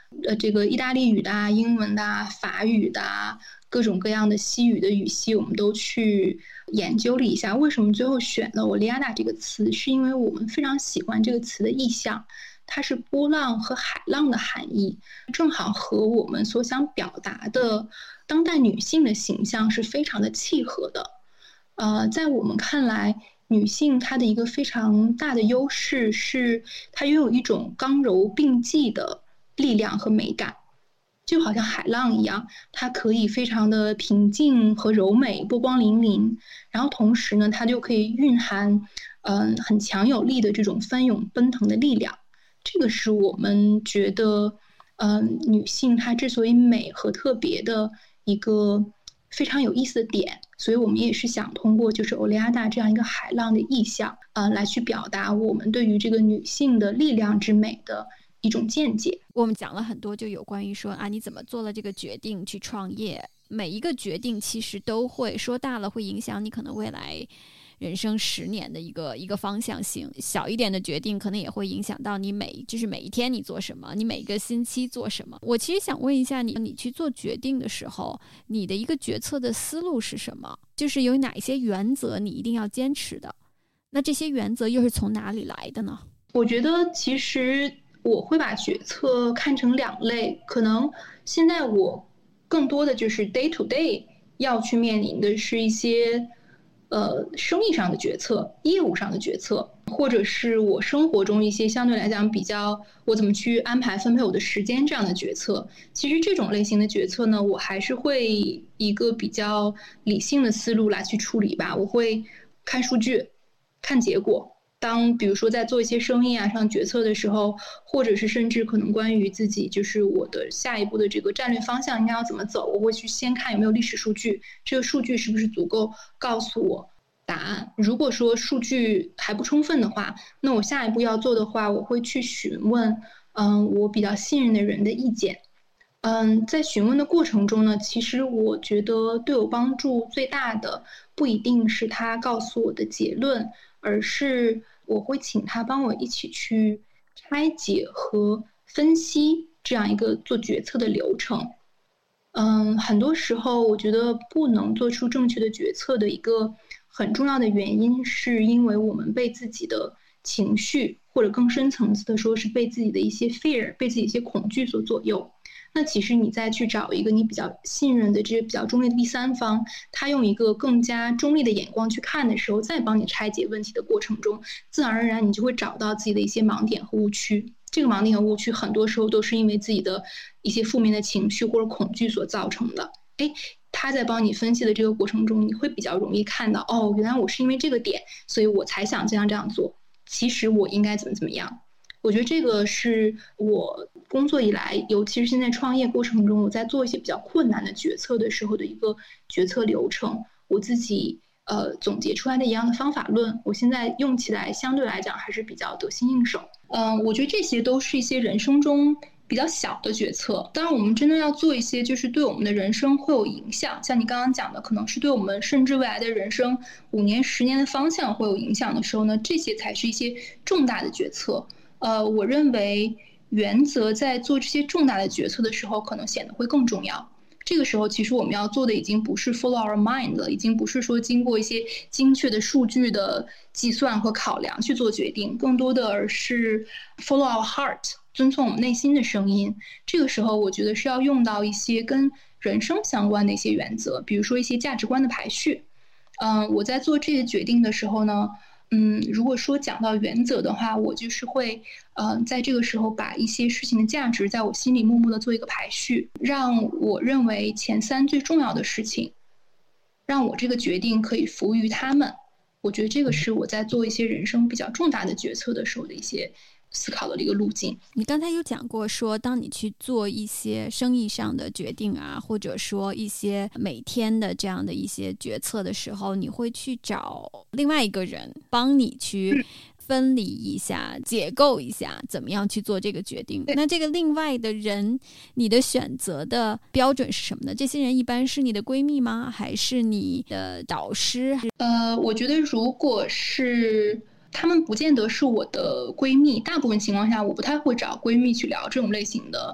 呃，这个意大利语的啊、英文的啊、法语的啊，各种各样的西语的语系，我们都去研究了一下。为什么最后选了 Oleada 这个词，是因为我们非常喜欢这个词的意象，它是波浪和海浪的含义，正好和我们所想表达的当代女性的形象是非常的契合的。呃，在我们看来，女性她的一个非常大的优势是她拥有一种刚柔并济的力量和美感，就好像海浪一样，它可以非常的平静和柔美，波光粼粼，然后同时呢，它就可以蕴含嗯、呃、很强有力的这种翻涌奔腾的力量。这个是我们觉得嗯、呃、女性她之所以美和特别的一个非常有意思的点，所以我们也是想通过就是 Oleada 这样一个海浪的意象，呃，来去表达我们对于这个女性的力量之美的一种见解。 我们讲了很多，就有关于说啊，你怎么做了这个决定去创业，每一个决定其实都会说大了会影响你可能未来人生十年的一个一个方向性，小一点的决定可能也会影响到你每就是每一天你做什么，你每个星期做什么。我其实想问一下你，你去做决定的时候，你的一个决策的思路是什么？就是有哪一些原则你一定要坚持的？那这些原则又是从哪里来的呢？ 我觉得其实我会把决策看成两类，可能现在我更多的就是 day to day 要去面临的是一些呃，生意上的决策、业务上的决策，或者是我生活中一些相对来讲比较我怎么去安排分配我的时间这样的决策。其实这种类型的决策呢，我还是会一个比较理性的思路来去处理吧。我会看数据、看结果。当比如说在做一些生意啊上决策的时候，或者是甚至可能关于自己就是我的下一步的这个战略方向应该要怎么走，我会去先看有没有历史数据，这个数据是不是足够告诉我答案。如果说数据还不充分的话，那我下一步要做的话，我会去询问嗯我比较信任的人的意见。嗯，在询问的过程中呢，其实我觉得对我帮助最大的不一定是他告诉我的结论，而是我会请他帮我一起去拆解和分析这样一个做决策的流程。嗯，很多时候我觉得不能做出正确的决策的一个很重要的原因，是因为我们被自己的情绪，或者更深层次的说是被自己的一些 fear， 被自己一些恐惧所左右。那其实你再去找一个你比较信任的这些比较中立的第三方，他用一个更加中立的眼光去看的时候，再帮你拆解问题的过程中，自然而然你就会找到自己的一些盲点和误区。这个盲点和误区很多时候都是因为自己的一些负面的情绪或者恐惧所造成的。诶，他在帮你分析的这个过程中，你会比较容易看到，哦，原来我是因为这个点，所以我才想这样这样做，其实我应该怎么怎么样。我觉得这个是我工作以来，尤其是现在创业过程中，我在做一些比较困难的决策的时候的一个决策流程，我自己呃总结出来的一样的方法论，我现在用起来相对来讲还是比较得心应手。嗯、呃，我觉得这些都是一些人生中比较小的决策。当然我们真的要做一些就是对我们的人生会有影响，像你刚刚讲的可能是对我们甚至未来的人生五年十年的方向会有影响的时候呢，这些才是一些重大的决策。呃，我认为原则在做这些重大的决策的时候可能显得会更重要。这个时候其实我们要做的已经不是 follow our mind 了，已经不是说经过一些精确的数据的计算和考量去做决定，更多的而是 follow our heart， 遵从我们内心的声音。这个时候我觉得是要用到一些跟人生相关的一些原则，比如说一些价值观的排序。嗯、呃，我在做这些决定的时候呢，嗯，如果说讲到原则的话，我就是会，呃，在这个时候把一些事情的价值在我心里默默的做一个排序，让我认为前三最重要的事情，让我这个决定可以服务于他们。我觉得这个是我在做一些人生比较重大的决策的时候的一些思考的一个路径。 你刚才有讲过说，当你去做一些生意上的决定啊，或者说一些每天的这样的一些决策的时候，你会去找另外一个人帮你去分离一下，解构一下怎么样去做这个决定。那这个另外的人，你的选择的标准是什么呢？这些人一般是你的闺蜜吗？还是你的导师？ 呃，我觉得如果是她们不见得是我的闺蜜，大部分情况下我不太会找闺蜜去聊这种类型的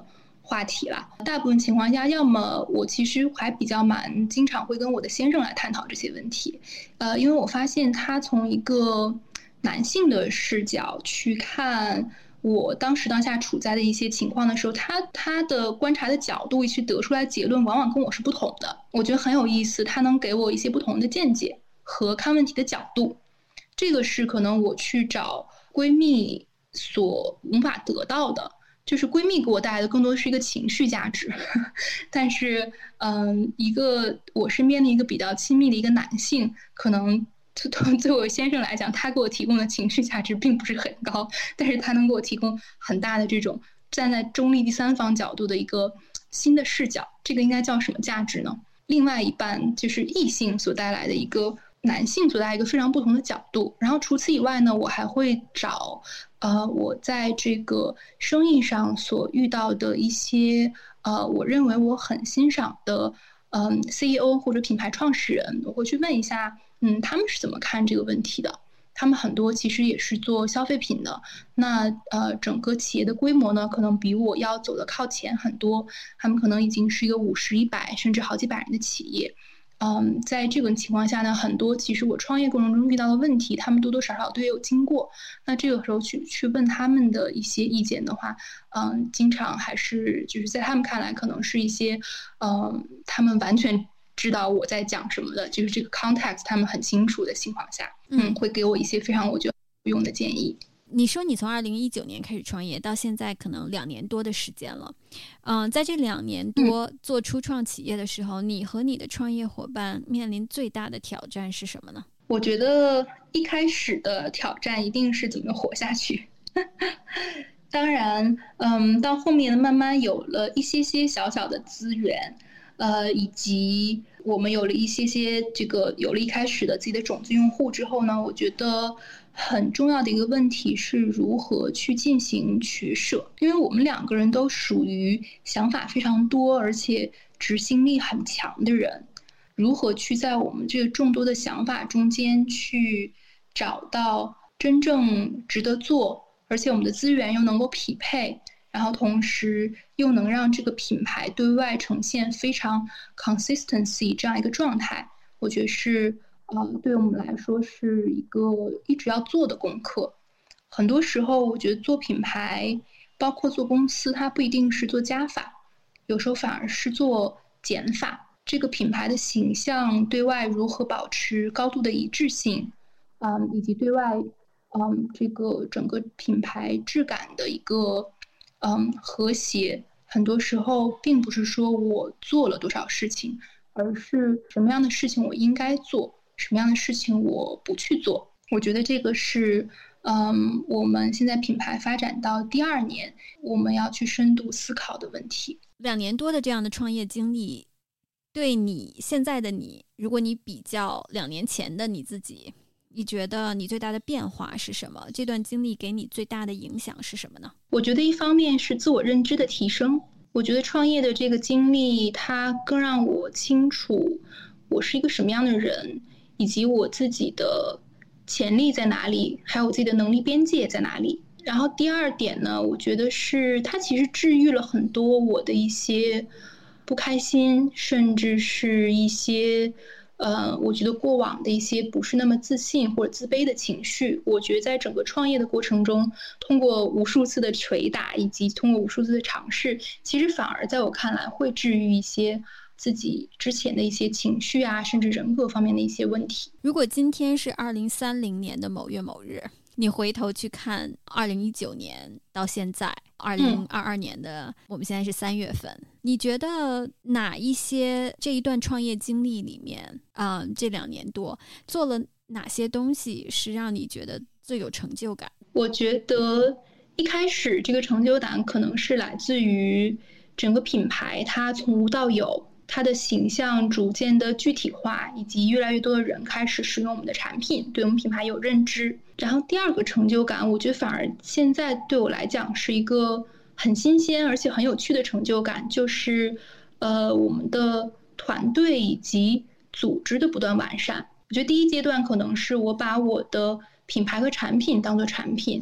话题啦。大部分情况下，要么我其实还比较蛮经常会跟我的先生来探讨这些问题，呃，因为我发现他从一个男性的视角去看我当时当下处在的一些情况的时候，他他的观察的角度去得出来结论，往往跟我是不同的。我觉得很有意思，他能给我一些不同的见解和看问题的角度。这个是可能我去找闺蜜所无法得到的，就是闺蜜给我带来的更多是一个情绪价值，但是，嗯，一个我身边的一个比较亲密的一个男性，可能对我先生来讲，他给我提供的情绪价值并不是很高，但是他能给我提供很大的这种站在中立第三方角度的一个新的视角，这个应该叫什么价值呢？另外一半就是异性所带来的一个男性所带来一个非常不同的角度。然后除此以外呢，我还会找呃我在这个生意上所遇到的一些呃我认为我很欣赏的嗯 C E O 或者品牌创始人，我会去问一下嗯他们是怎么看这个问题的。他们很多其实也是做消费品的，那呃整个企业的规模呢，可能比我要走得靠前很多，他们可能已经是一个五十、一百甚至好几百人的企业。嗯，在这种情况下呢，很多其实我创业过程中遇到的问题，他们多多少少都有经过。那这个时候去去问他们的一些意见的话，嗯，经常还是就是在他们看来，可能是一些嗯他们完全知道我在讲什么的，就是这个 context 他们很清楚的情况下，嗯，会给我一些非常我觉得有用的建议。 你说你从二零一九年开始创业到现在可能两年多的时间了，嗯、呃，在这两年多做初创企业的时候、嗯、你和你的创业伙伴面临最大的挑战是什么呢？ 我觉得一开始的挑战一定是怎么活下去当然嗯，到后面慢慢有了一些些小小的资源，呃，以及我们有了一些些这个有了一开始的自己的种子用户之后呢，我觉得很重要的一个问题是如何去进行取舍。因为我们两个人都属于想法非常多而且执行力很强的人，如何去在我们这个众多的想法中间去找到真正值得做，而且我们的资源又能够匹配，然后同时又能让这个品牌对外呈现非常 consistency 这样一个状态，我觉得是呃，对我们来说是一个一直要做的功课。很多时候我觉得做品牌包括做公司，它不一定是做加法，有时候反而是做减法。这个品牌的形象对外如何保持高度的一致性，嗯，以及对外嗯，这个整个品牌质感的一个嗯和谐，很多时候并不是说我做了多少事情，而是什么样的事情我应该做，什么样的事情我不去做。我觉得这个是嗯我们现在品牌发展到第二年我们要去深度思考的问题。 两年多的这样的创业经历，对你现在的你，如果你比较两年前的你自己，你觉得你最大的变化是什么？这段经历给你最大的影响是什么呢？ 我觉得一方面是自我认知的提升，我觉得创业的这个经历它更让我清楚我是一个什么样的人，以及我自己的潜力在哪里，还有我自己的能力边界在哪里。然后第二点呢，我觉得是它其实治愈了很多我的一些不开心，甚至是一些呃，我觉得过往的一些不是那么自信或者自卑的情绪。我觉得在整个创业的过程中，通过无数次的捶打以及通过无数次的尝试，其实反而在我看来会治愈一些自己之前的一些情绪啊，甚至人格方面的一些问题。 如果今天是二零三零年的某月某日，你回头去看二零一九年到现在二零二二年的、嗯、我们现在是三月份，你觉得哪一些这一段创业经历里面啊、呃，这两年多做了哪些东西是让你觉得最有成就感？ 我觉得一开始这个成就感可能是来自于整个品牌它从无到有，它的形象逐渐的具体化，以及越来越多的人开始使用我们的产品，对我们品牌有认知。然后第二个成就感，我觉得反而现在对我来讲是一个很新鲜而且很有趣的成就感，就是呃我们的团队以及组织的不断完善。我觉得第一阶段可能是我把我的品牌和产品当作产品，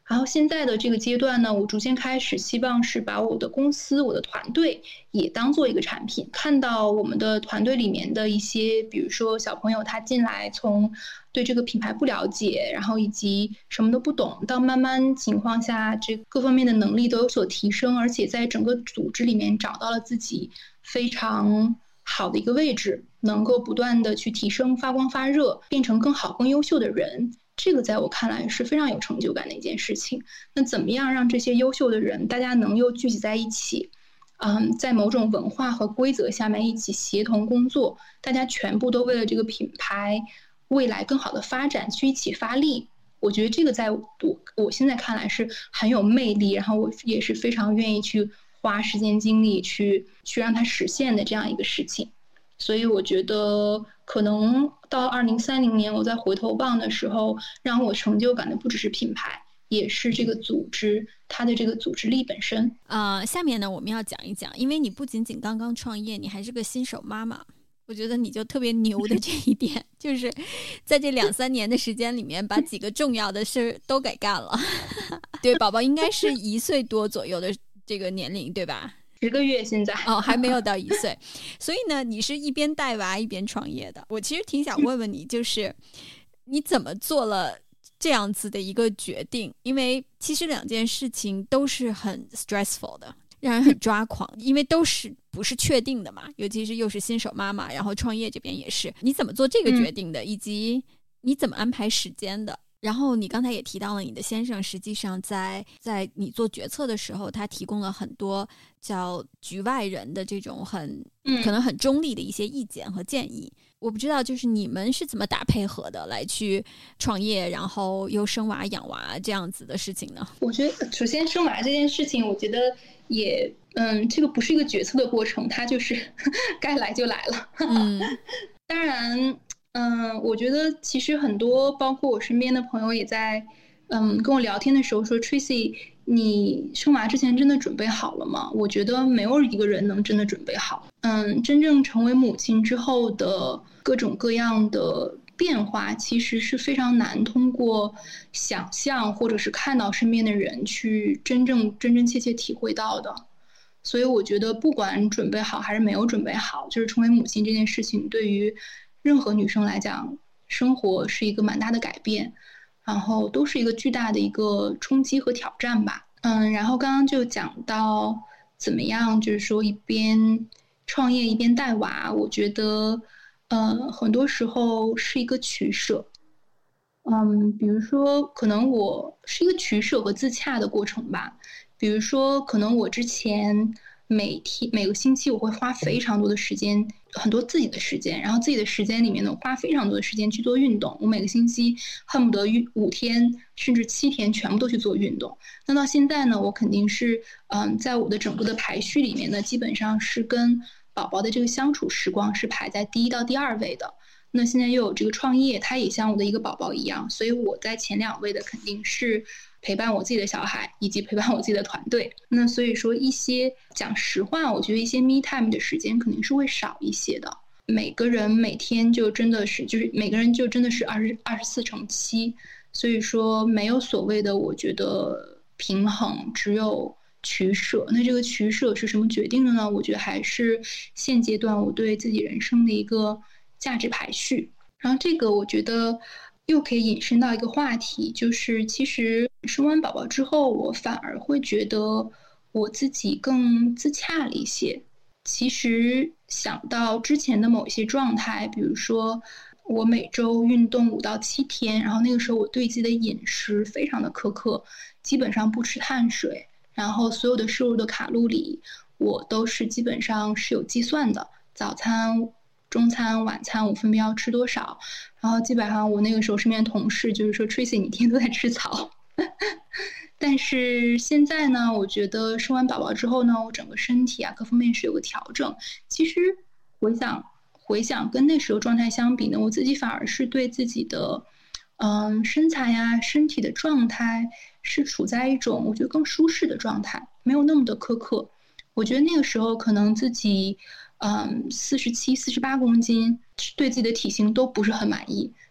然后现在的这个阶段呢，我逐渐开始希望是把我的公司、我的团队也当做一个产品，看到我们的团队里面的一些，比如说小朋友他进来从对这个品牌不了解，然后以及什么都不懂，到慢慢情况下这各方面的能力都有所提升，而且在整个组织里面找到了自己非常好的一个位置，能够不断的去提升、发光发热，变成更好、更优秀的人。这个在我看来是非常有成就感的一件事情。那怎么样让这些优秀的人大家能又聚集在一起，嗯，在某种文化和规则下面一起协同工作，大家全部都为了这个品牌未来更好的发展去一起发力。我觉得这个在我我现在看来是很有魅力，然后我也是非常愿意去花时间精力去去让它实现的这样一个事情。所以我觉得可能到二零三零年我再回头望的时候，让我成就感的不只是品牌，也是这个组织它的这个组织力本身。 呃，下面呢我们要讲一讲，因为你不仅仅刚刚创业，你还是个新手妈妈。我觉得你就特别牛的这一点就是在这两三年的时间里面把几个重要的事都给干了。对，宝宝应该是一岁多左右的这个年龄对吧？ 十个月现在哦，还没有到一岁。所以呢你是一边带娃一边创业的。我其实挺想问问你，就是你怎么做了这样子的一个决定？因为其实两件事情都是很 stressful 的，让人很抓狂，因为都是不是确定的嘛，尤其是又是新手妈妈，然后创业这边也是。你怎么做这个决定的、嗯、以及你怎么安排时间的？然后你刚才也提到了你的先生实际上在在你做决策的时候，他提供了很多叫局外人的这种很、嗯、可能很中立的一些意见和建议。我不知道就是你们是怎么打配合的来去创业，然后又生娃养娃这样子的事情呢？ 我觉得首先生娃这件事情，我觉得也嗯，这个不是一个决策的过程，它就是该来就来了。嗯，当然嗯，我觉得其实很多包括我身边的朋友也在嗯跟我聊天的时候说 Tracy 你生娃之前真的准备好了吗？我觉得没有一个人能真的准备好。嗯，真正成为母亲之后的各种各样的变化其实是非常难通过想象或者是看到身边的人去真正真真切切体会到的。所以我觉得不管准备好还是没有准备好，就是成为母亲这件事情对于任何女生来讲，生活是一个蛮大的改变，然后都是一个巨大的一个冲击和挑战吧。嗯，然后刚刚就讲到怎么样就是说一边创业一边带娃，我觉得呃，很多时候是一个取舍。嗯，比如说可能我是一个取舍和自洽的过程吧。比如说可能我之前每天每个星期我会花非常多的时间，很多自己的时间，然后自己的时间里面呢，我花非常多的时间去做运动。我每个星期恨不得五天甚至七天全部都去做运动。那到现在呢，我肯定是嗯，在我的整个的排序里面呢，基本上是跟宝宝的这个相处时光是排在第一到第二位的。那现在又有这个创业，它也像我的一个宝宝一样，所以我在前两位的肯定是陪伴我自己的小孩以及陪伴我自己的团队。那所以说一些讲实话，我觉得一些 me time 的时间肯定是会少一些的。每个人每天就真的是就是每个人就真的是二十二十四乘七，所以说没有所谓的我觉得平衡，只有取舍。那这个取舍是什么决定的呢？我觉得还是现阶段我对自己人生的一个价值排序。然后这个我觉得又可以引申到一个话题，就是其实生完宝宝之后，我反而会觉得我自己更自洽了一些。其实想到之前的某一些状态，比如说我每周运动五到七天，然后那个时候我对自己的饮食非常的苛刻，基本上不吃碳水，然后所有的摄入的卡路里我都是基本上是有计算的，早餐中餐晚餐我分别要吃多少，然后基本上我那个时候身边同事就是说 Tracy 你天天都在吃草但是现在呢，我觉得生完宝宝之后呢，我整个身体啊各方面是有个调整。其实回想回想跟那时候状态相比呢，我自己反而是对自己的嗯身材呀身体的状态是处在一种我觉得更舒适的状态，没有那么的苛刻。我觉得那个时候可能自己嗯四十七四十八公斤对自己的体型都不是很满意，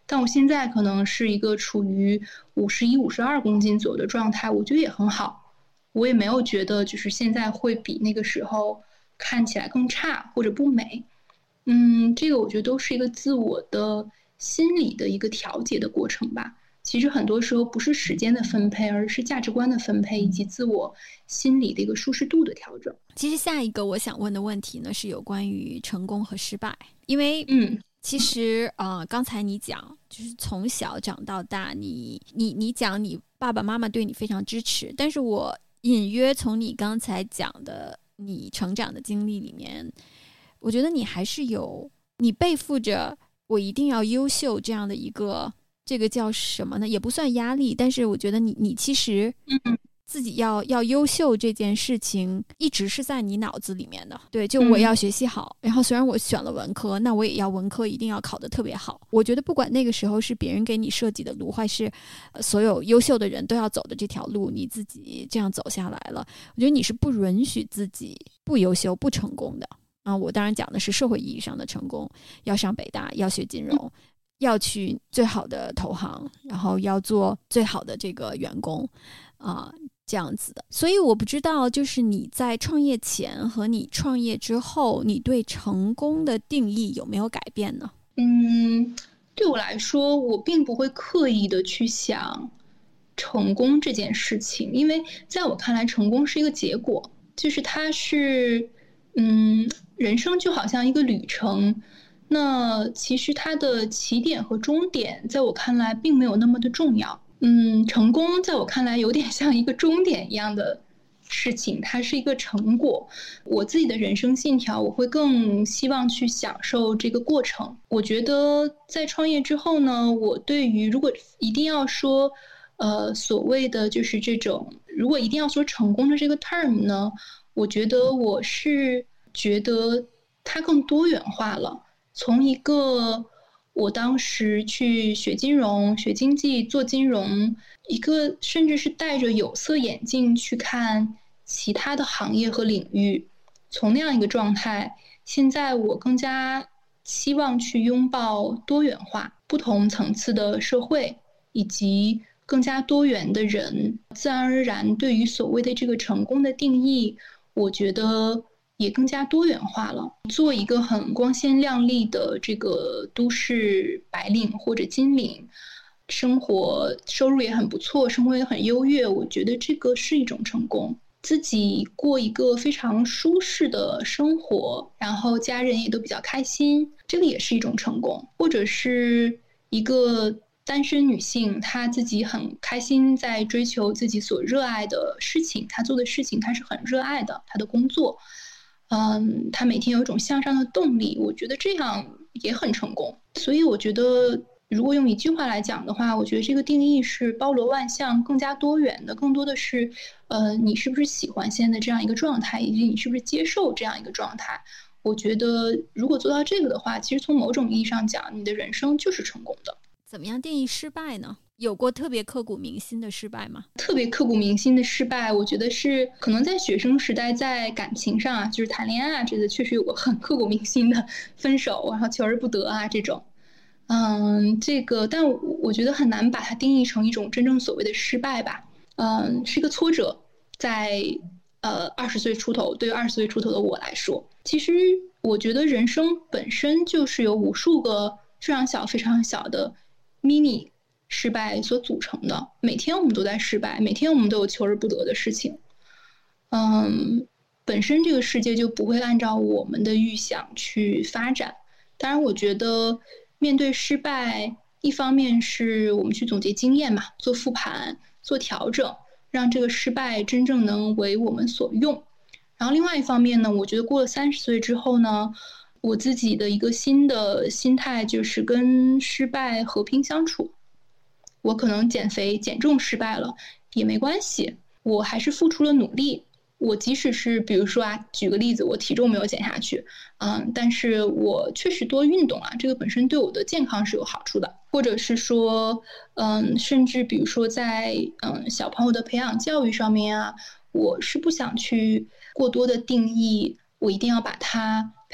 但我现在可能是一个处于五十一、五十二公斤左右的状态，我觉得也很好。我也没有觉得就是现在会比那个时候看起来更差或者不美。嗯，这个我觉得都是一个自我的心理的一个调节的过程吧。其实很多时候不是时间的分配，而是价值观的分配以及自我心理的一个舒适度的调整。 其实下一个我想问的问题呢，是有关于成功和失败。因为嗯， 其实呃，刚才你讲就是从小长到大，你你你讲你爸爸妈妈对你非常支持，但是我隐约从你刚才讲的你成长的经历里面，我觉得你还是有你背负着我一定要优秀这样的一个，这个叫什么呢？也不算压力，但是我觉得你你其实自己要要优秀这件事情一直是在你脑子里面的。对，就我要学习好，然后虽然我选了文科，那我也要文科一定要考得特别好。我觉得不管那个时候是别人给你设计的路，还是、呃、所有优秀的人都要走的这条路，你自己这样走下来了，我觉得你是不允许自己不优秀不成功的啊。我当然讲的是社会意义上的成功，要上北大，要学金融，要去最好的投行，然后要做最好的这个员工啊、呃，这样子的。所以我不知道就是你在创业前和你创业之后，你对成功的定义有没有改变呢？ 嗯，对我来说，我并不会刻意的去想成功这件事情，因为在我看来，成功是一个结果，就是它是嗯，人生就好像一个旅程，那其实它的起点和终点在我看来并没有那么的重要。嗯，成功在我看来有点像一个终点一样的事情，它是一个成果。我自己的人生信条，我会更希望去享受这个过程。我觉得在创业之后呢，我对于如果一定要说呃所谓的就是这种如果一定要说成功的这个 term 呢，我觉得我是觉得它更多元化了。从一个我当时去学金融、学经济、做金融，一个甚至是戴着有色眼镜去看其他的行业和领域，从那样一个状态，现在我更加希望去拥抱多元化、不同层次的社会以及更加多元的人，自然而然对于所谓的这个成功的定义，我觉得也更加多元化了。做一个很光鲜亮丽的这个都市白领或者金领，生活收入也很不错，生活也很优越，我觉得这个是一种成功。自己过一个非常舒适的生活，然后家人也都比较开心，这个也是一种成功。或者是一个单身女性，她自己很开心在追求自己所热爱的事情，她做的事情她是很热爱的，她的工作嗯，她每天有一种向上的动力，我觉得这样也很成功。所以我觉得如果用一句话来讲的话，我觉得这个定义是包罗万象，更加多元的，更多的是呃，你是不是喜欢现在的这样一个状态，以及你是不是接受这样一个状态。我觉得如果做到这个的话，其实从某种意义上讲，你的人生就是成功的。 怎么样定义失败呢？有过特别刻骨铭心的失败吗？ 特别刻骨铭心的失败，我觉得是可能在学生时代，在感情上啊，就是谈恋爱啊，这个确实有过很刻骨铭心的分手，然后求而不得啊这种。嗯，这个，但我觉得很难把它定义成一种真正所谓的失败吧。嗯，是一个挫折，在呃二十岁出头，对于二十岁出头的我来说，其实我觉得人生本身就是由无数个非常小、非常小的 mini。失败所组成的，每天我们都在失败，每天我们都有求而不得的事情。嗯，本身这个世界就不会按照我们的预想去发展。当然，我觉得面对失败，一方面是我们去总结经验嘛，做复盘、做调整，让这个失败真正能为我们所用。然后另外一方面呢，我觉得过了三十岁之后呢，我自己的一个新的心态就是跟失败和平相处。我可能减肥减重失败了也没关系，我还是付出了努力。我即使是比如说啊，举个例子，我体重没有减下去，嗯，但是我确实多运动啊，这个本身对我的健康是有好处的。或者是说，嗯，甚至比如说在嗯小朋友的培养教育上面啊，我是不想去过多的定义，我一定要把他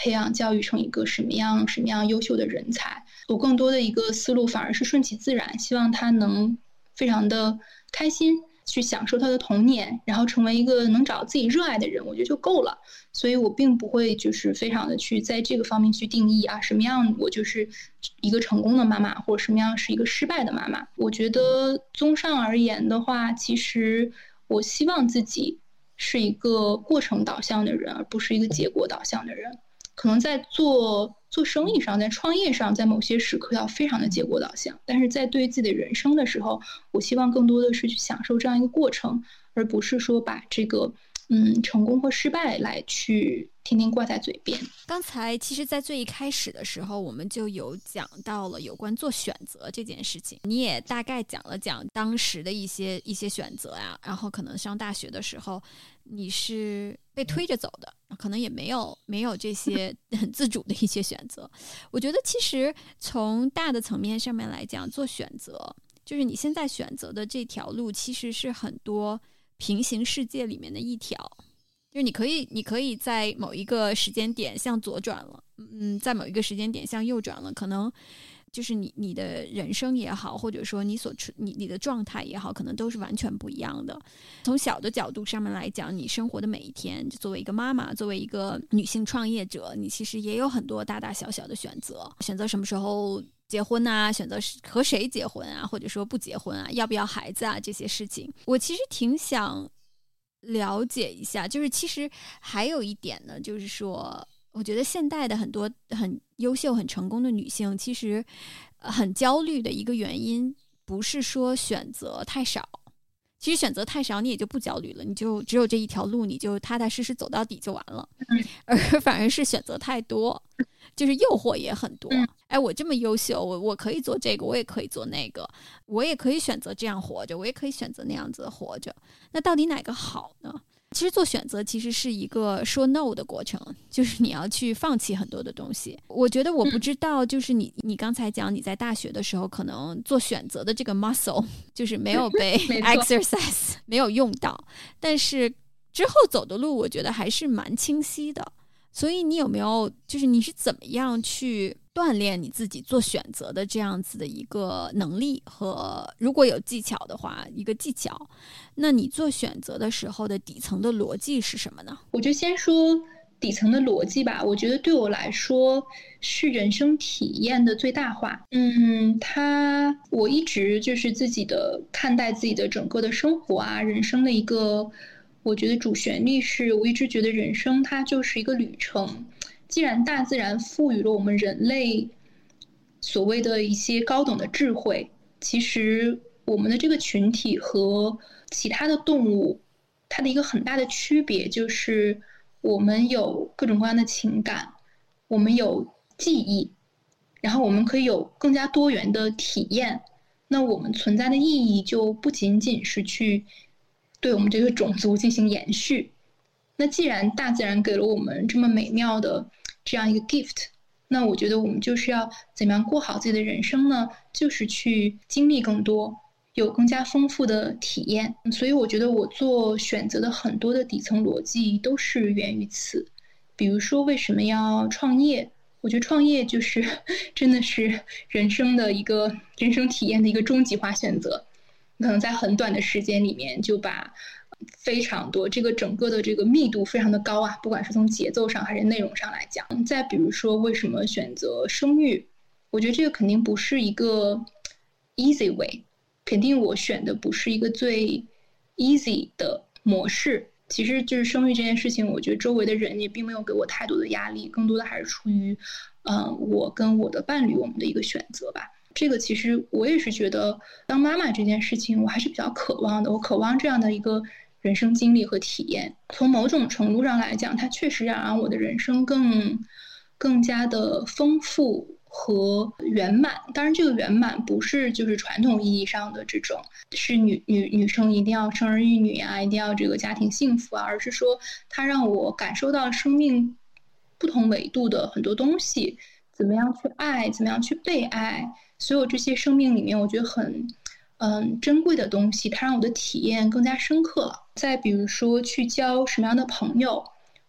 培养教育成一个什么样什么样优秀的人才。我更多的一个思路反而是顺其自然，希望他能非常的开心去享受他的童年，然后成为一个能找到自己热爱的人，我觉得就够了。所以我并不会就是非常的去在这个方面去定义啊，什么样我就是一个成功的妈妈，或者什么样是一个失败的妈妈。我觉得综上而言的话，其实我希望自己是一个过程导向的人，而不是一个结果导向的人。可能在做做生意上，在创业上，在某些时刻要非常的结果导向，但是在对自己的人生的时候，我希望更多的是去享受这样一个过程，而不是说把这个嗯成功或失败来去天天挂在嘴边。 刚才其实在最一开始的时候，我们就有讲到了有关做选择这件事情，你也大概讲了讲当时的一些一些选择啊，然后可能上大学的时候你是被推着走的，可能也没有没有这些很自主的一些选择。我觉得其实从大的层面上面来讲，做选择就是你现在选择的这条路其实是很多平行世界里面的一条，就是你可以你可以在某一个时间点向左转了，嗯，在某一个时间点向右转了，可能就是你你的人生也好，或者说你所处你你的状态也好，可能都是完全不一样的。从小的角度上面来讲，你生活的每一天，作为一个妈妈，作为一个女性创业者，你其实也有很多大大小小的选择，选择什么时候结婚啊，选择和谁结婚啊，或者说不结婚啊，要不要孩子啊，这些事情我其实挺想了解一下。就是其实还有一点呢，就是说我觉得现代的很多很优秀很成功的女性其实很焦虑的一个原因，不是说选择太少，其实选择太少你也就不焦虑了，你就只有这一条路，你就踏踏实实走到底就完了。而反而是选择太多，就是诱惑也很多。哎，我这么优秀，我我可以做这个，我也可以做那个，我也可以选择这样活着，我也可以选择那样子活着，那到底哪个好呢？其实做选择其实是一个说 no 的过程，就是你要去放弃很多的东西。我觉得我不知道，就是你你刚才讲你在大学的时候可能做选择的这个 muscle 就是没有被 exercise 没有用到，但是之后走的路我觉得还是蛮清晰的。所以你有没有就是你是怎么样去锻炼你自己做选择的这样子的一个能力，和如果有技巧的话一个技巧，那你做选择的时候的底层的逻辑是什么呢？ 我就先说底层的逻辑吧。我觉得对我来说是人生体验的最大化。嗯，它我一直就是自己的看待自己的整个的生活啊，人生的一个我觉得主旋律是，我一直觉得人生它就是一个旅程。既然大自然赋予了我们人类所谓的一些高等的智慧，其实我们的这个群体和其他的动物它的一个很大的区别就是我们有各种各样的情感，我们有记忆，然后我们可以有更加多元的体验。那我们存在的意义就不仅仅是去对我们这个种族进行延续。那既然大自然给了我们这么美妙的这样一个 gift， 那我觉得我们就是要怎么样过好自己的人生呢？就是去经历更多，有更加丰富的体验。所以我觉得我做选择的很多的底层逻辑都是源于此。比如说为什么要创业，我觉得创业就是真的是人生的一个人生体验的一个终极化选择。可能在很短的时间里面就把非常多这个整个的这个密度非常的高啊，不管是从节奏上还是内容上来讲。再比如说为什么选择生育，我觉得这个肯定不是一个 easy way， 肯定我选的不是一个最 easy 的模式。其实就是生育这件事情，我觉得周围的人也并没有给我太多的压力，更多的还是出于呃我跟我的伴侣我们的一个选择吧。这个其实我也是觉得当妈妈这件事情我还是比较渴望的，我渴望这样的一个人生经历和体验。从某种程度上来讲，它确实让我的人生更更加的丰富和圆满。当然这个圆满不是就是传统意义上的这种是女女女生一定要生儿育女啊，一定要这个家庭幸福啊，而是说它让我感受到生命不同维度的很多东西，怎么样去爱，怎么样去被爱，所有这些生命里面我觉得很嗯珍贵的东西，它让我的体验更加深刻了。再比如说去交什么样的朋友，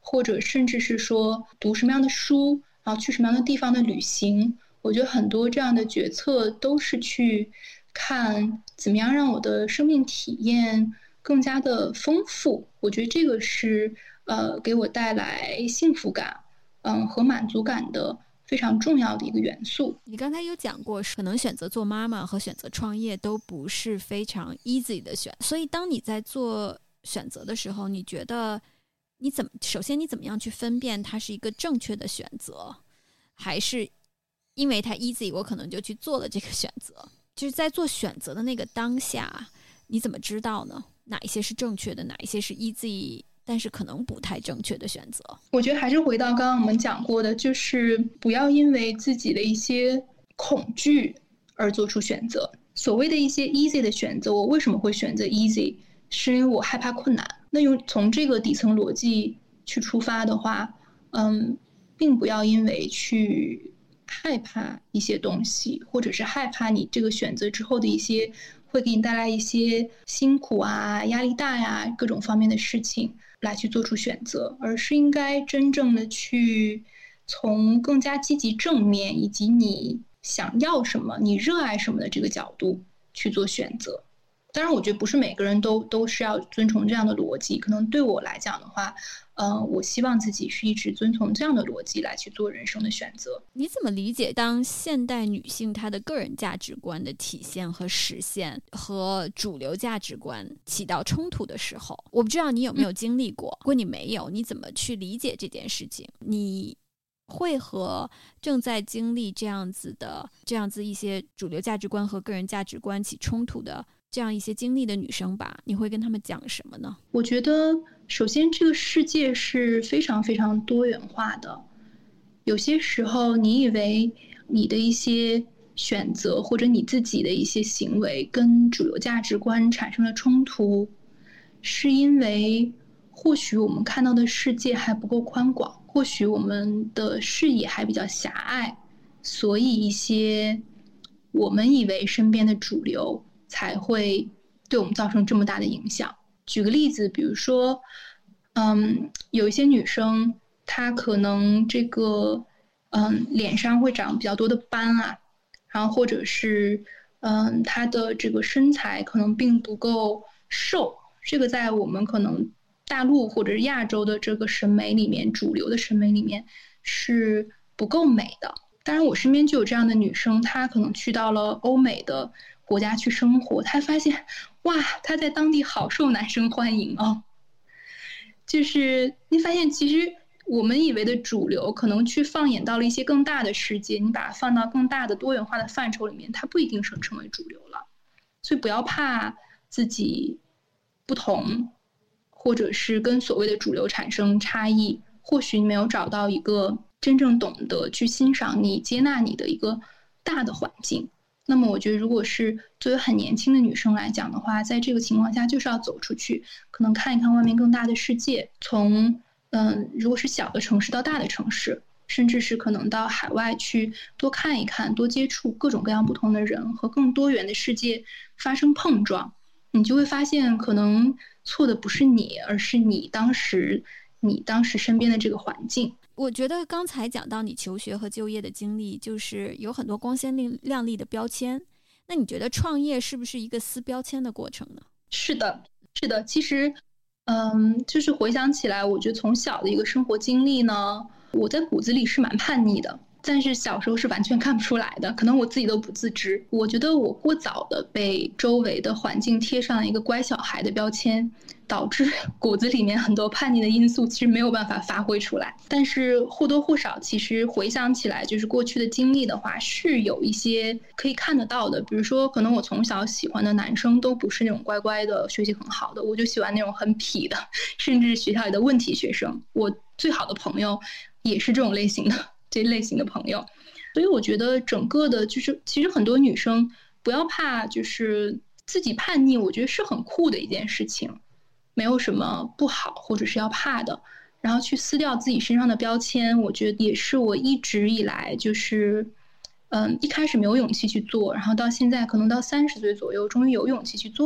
或者甚至是说读什么样的书，然后去什么样的地方的旅行。我觉得很多这样的决策都是去看怎么样让我的生命体验更加的丰富。我觉得这个是呃给我带来幸福感嗯和满足感的非常重要的一个元素。 你刚才有讲过，可能选择做妈妈和选择创业都不是非常 easy 的选，所以当你在做选择的时候，你觉得你怎么首先你怎么样去分辨它是一个正确的选择，还是因为它 easy 我可能就去做了这个选择？就是在做选择的那个当下，你怎么知道呢？哪一些是正确的，哪一些是 easy但是可能不太正确的选择？ 我觉得还是回到刚刚我们讲过的，就是不要因为自己的一些恐惧而做出选择。所谓的一些 easy 的选择，我为什么会选择 easy？ 是因为我害怕困难。那用从这个底层逻辑去出发的话，嗯，并不要因为去害怕一些东西，或者是害怕你这个选择之后的一些会给你带来一些辛苦啊、压力大呀、啊、各种方面的事情来去做出选择，而是应该真正的去从更加积极正面以及你想要什么、你热爱什么的这个角度去做选择。当然我觉得不是每个人都都是要遵从这样的逻辑，可能对我来讲的话呃，我希望自己是一直遵从这样的逻辑来去做人生的选择。 你怎么理解当现代女性她的个人价值观的体现和实现和主流价值观起到冲突的时候？我不知道你有没有经历过，如果你没有，你怎么去理解这件事情？你会和正在经历这样子的这样子一些主流价值观和个人价值观起冲突的这样一些经历的女生吧，你会跟她们讲什么呢？ 我觉得首先这个世界是非常非常多元化的，有些时候你以为你的一些选择或者你自己的一些行为跟主流价值观产生了冲突，是因为或许我们看到的世界还不够宽广，或许我们的视野还比较狭隘，所以一些我们以为身边的主流才会对我们造成这么大的影响。举个例子，比如说嗯，有一些女生她可能这个嗯脸上会长比较多的斑啊，然后或者是嗯她的这个身材可能并不够瘦，这个在我们可能大陆或者是亚洲的这个审美里面，主流的审美里面是不够美的。当然我身边就有这样的女生，她可能去到了欧美的国家去生活，她发现哇，她在当地好受男生欢迎哦。就是你发现其实我们以为的主流可能去放眼到了一些更大的世界，你把它放到更大的多元化的范畴里面，它不一定是成为主流了。所以不要怕自己不同，或者是跟所谓的主流产生差异，或许你没有找到一个真正懂得去欣赏你、接纳你的一个大的环境。那么我觉得如果是作为很年轻的女生来讲的话，在这个情况下就是要走出去，可能看一看外面更大的世界，从嗯，如果是小的城市到大的城市，甚至是可能到海外去多看一看，多接触各种各样不同的人，和更多元的世界发生碰撞，你就会发现可能错的不是你，而是你当时你当时身边的这个环境。 我觉得刚才讲到你求学和就业的经历，就是有很多光鲜亮丽的标签，那你觉得创业是不是一个撕标签的过程呢？ 是的，是的。其实嗯，就是回想起来，我觉得从小的一个生活经历呢，我在骨子里是蛮叛逆的，但是小时候是完全看不出来的，可能我自己都不自知。我觉得我过早的被周围的环境贴上了一个乖小孩的标签，导致骨子里面很多叛逆的因素其实没有办法发挥出来。但是或多或少其实回想起来，就是过去的经历的话是有一些可以看得到的。比如说可能我从小喜欢的男生都不是那种乖乖的学习很好的，我就喜欢那种很痞的，甚至学校里的问题学生。我最好的朋友也是这种类型的这类型的朋友。所以我觉得整个的就是其实很多女生不要怕，就是自己叛逆，我觉得是很酷的一件事情，没有什么不好或者是要怕的。然后去撕掉自己身上的标签，我觉得也是我一直以来就是嗯，一开始没有勇气去做，然后到现在可能到三十岁左右终于有勇气去做的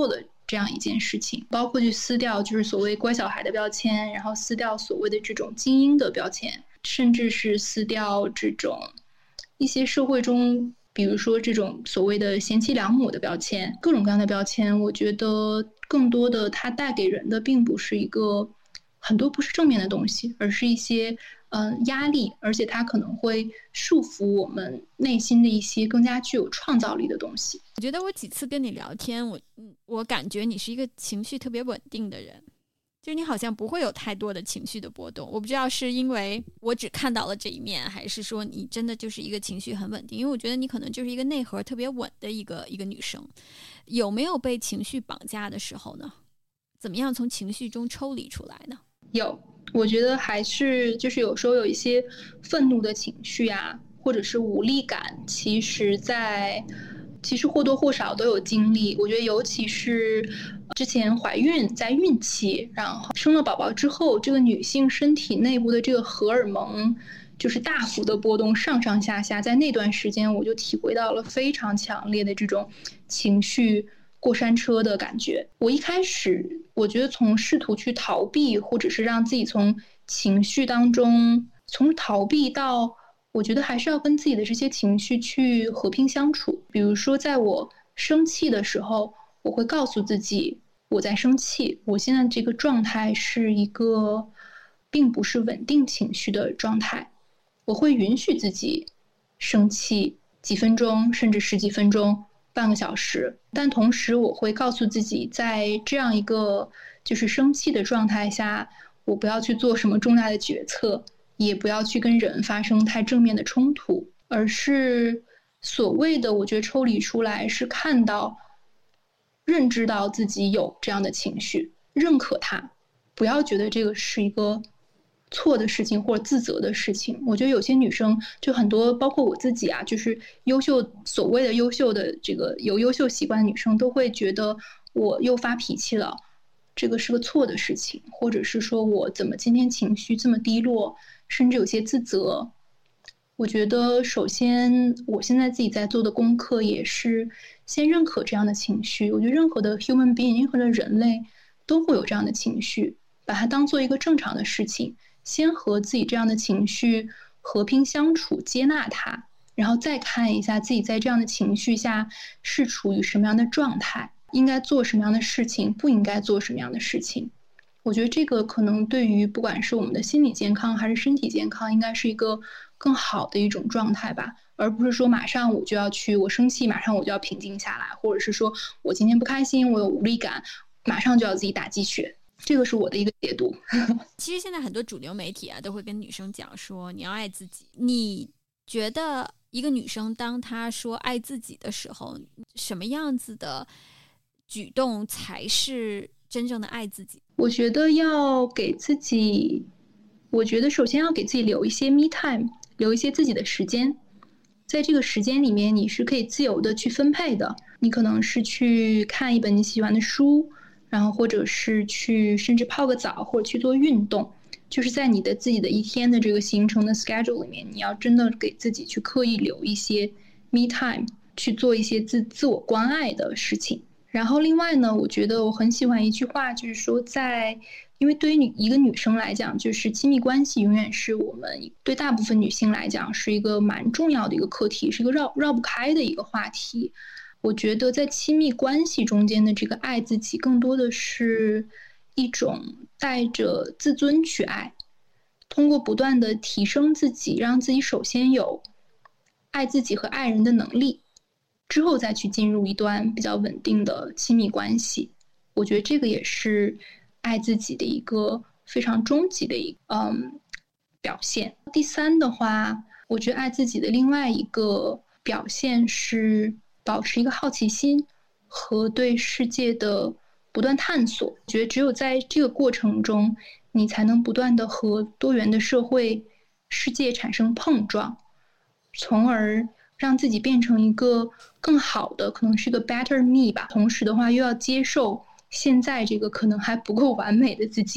这样一件事情，包括去撕掉就是所谓乖小孩的标签，然后撕掉所谓的这种精英的标签，甚至是撕掉这种一些社会中比如说这种所谓的贤妻良母的标签，各种各样的标签，我觉得更多的它带给人的并不是一个很多不是正面的东西，而是一些嗯、呃、压力，而且它可能会束缚我们内心的一些更加具有创造力的东西。 我觉得我几次跟你聊天，我我感觉你是一个情绪特别稳定的人，就是你好像不会有太多的情绪的波动。我不知道是因为我只看到了这一面，还是说你真的就是一个情绪很稳定，因为我觉得你可能就是一个内核特别稳的一个一个女生。有没有被情绪绑架的时候呢？怎么样从情绪中抽离出来呢？ 有，我觉得还是就是有时候有一些愤怒的情绪啊，或者是无力感，其实在其实或多或少都有经历。我觉得尤其是之前怀孕在孕期，然后生了宝宝之后，这个女性身体内部的这个荷尔蒙就是大幅的波动，上上下下，在那段时间我就体会到了非常强烈的这种情绪过山车的感觉。我一开始我觉得从试图去逃避，或者是让自己从情绪当中从逃避到我觉得还是要跟自己的这些情绪去和平相处。比如说在我生气的时候，我会告诉自己我在生气，我现在这个状态是一个并不是稳定情绪的状态，我会允许自己生气几分钟，甚至十几分钟，半个小时。但同时我会告诉自己，在这样一个就是生气的状态下，我不要去做什么重大的决策，也不要去跟人发生太正面的冲突，而是所谓的我觉得抽离出来是看到认知到自己有这样的情绪，认可它，不要觉得这个是一个错的事情或者自责的事情。我觉得有些女生就很多，包括我自己啊，就是优秀所谓的优秀的这个有优秀习惯的女生都会觉得我又发脾气了，这个是个错的事情，或者是说我怎么今天情绪这么低落，甚至有些自责。我觉得首先我现在自己在做的功课也是先认可这样的情绪。我觉得任何的 human being 任何的人类都会有这样的情绪，把它当做一个正常的事情，先和自己这样的情绪和平相处，接纳它，然后再看一下自己在这样的情绪下是处于什么样的状态，应该做什么样的事情，不应该做什么样的事情。我觉得这个可能对于不管是我们的心理健康还是身体健康，应该是一个更好的一种状态吧，而不是说马上我就要去，我生气马上我就要平静下来，或者是说我今天不开心，我有无力感，马上就要自己打鸡血。这个是我的一个解读。 其实现在很多主流媒体啊都会跟女生讲说你要爱自己。你觉得一个女生当她说爱自己的时候，什么样子的举动才是真正的爱自己？ 我觉得要给自己，我觉得首先要给自己留一些 me time， 留一些自己的时间。在这个时间里面你是可以自由的去分配的，你可能是去看一本你喜欢的书，然后或者是去甚至泡个澡，或者去做运动。就是在你的自己的一天的这个行程的 schedule 里面，你要真的给自己去刻意留一些 me time， 去做一些自自我关爱的事情。然后另外呢，我觉得我很喜欢一句话，就是说在因为对于女一个女生来讲，就是亲密关系永远是我们对大部分女性来讲是一个蛮重要的一个课题，是一个绕绕不开的一个话题。我觉得在亲密关系中间的这个爱自己，更多的是一种带着自尊去爱，通过不断的提升自己，让自己首先有爱自己和爱人的能力，之后再去进入一段比较稳定的亲密关系。我觉得这个也是爱自己的一个非常终极的一个嗯表现。第三的话，我觉得爱自己的另外一个表现是保持一个好奇心和对世界的不断探索。我觉得只有在这个过程中，你才能不断的和多元的社会世界产生碰撞，从而让自己变成一个更好的，可能是个 better me 吧。同时的话，又要接受现在这个可能还不够完美的自己。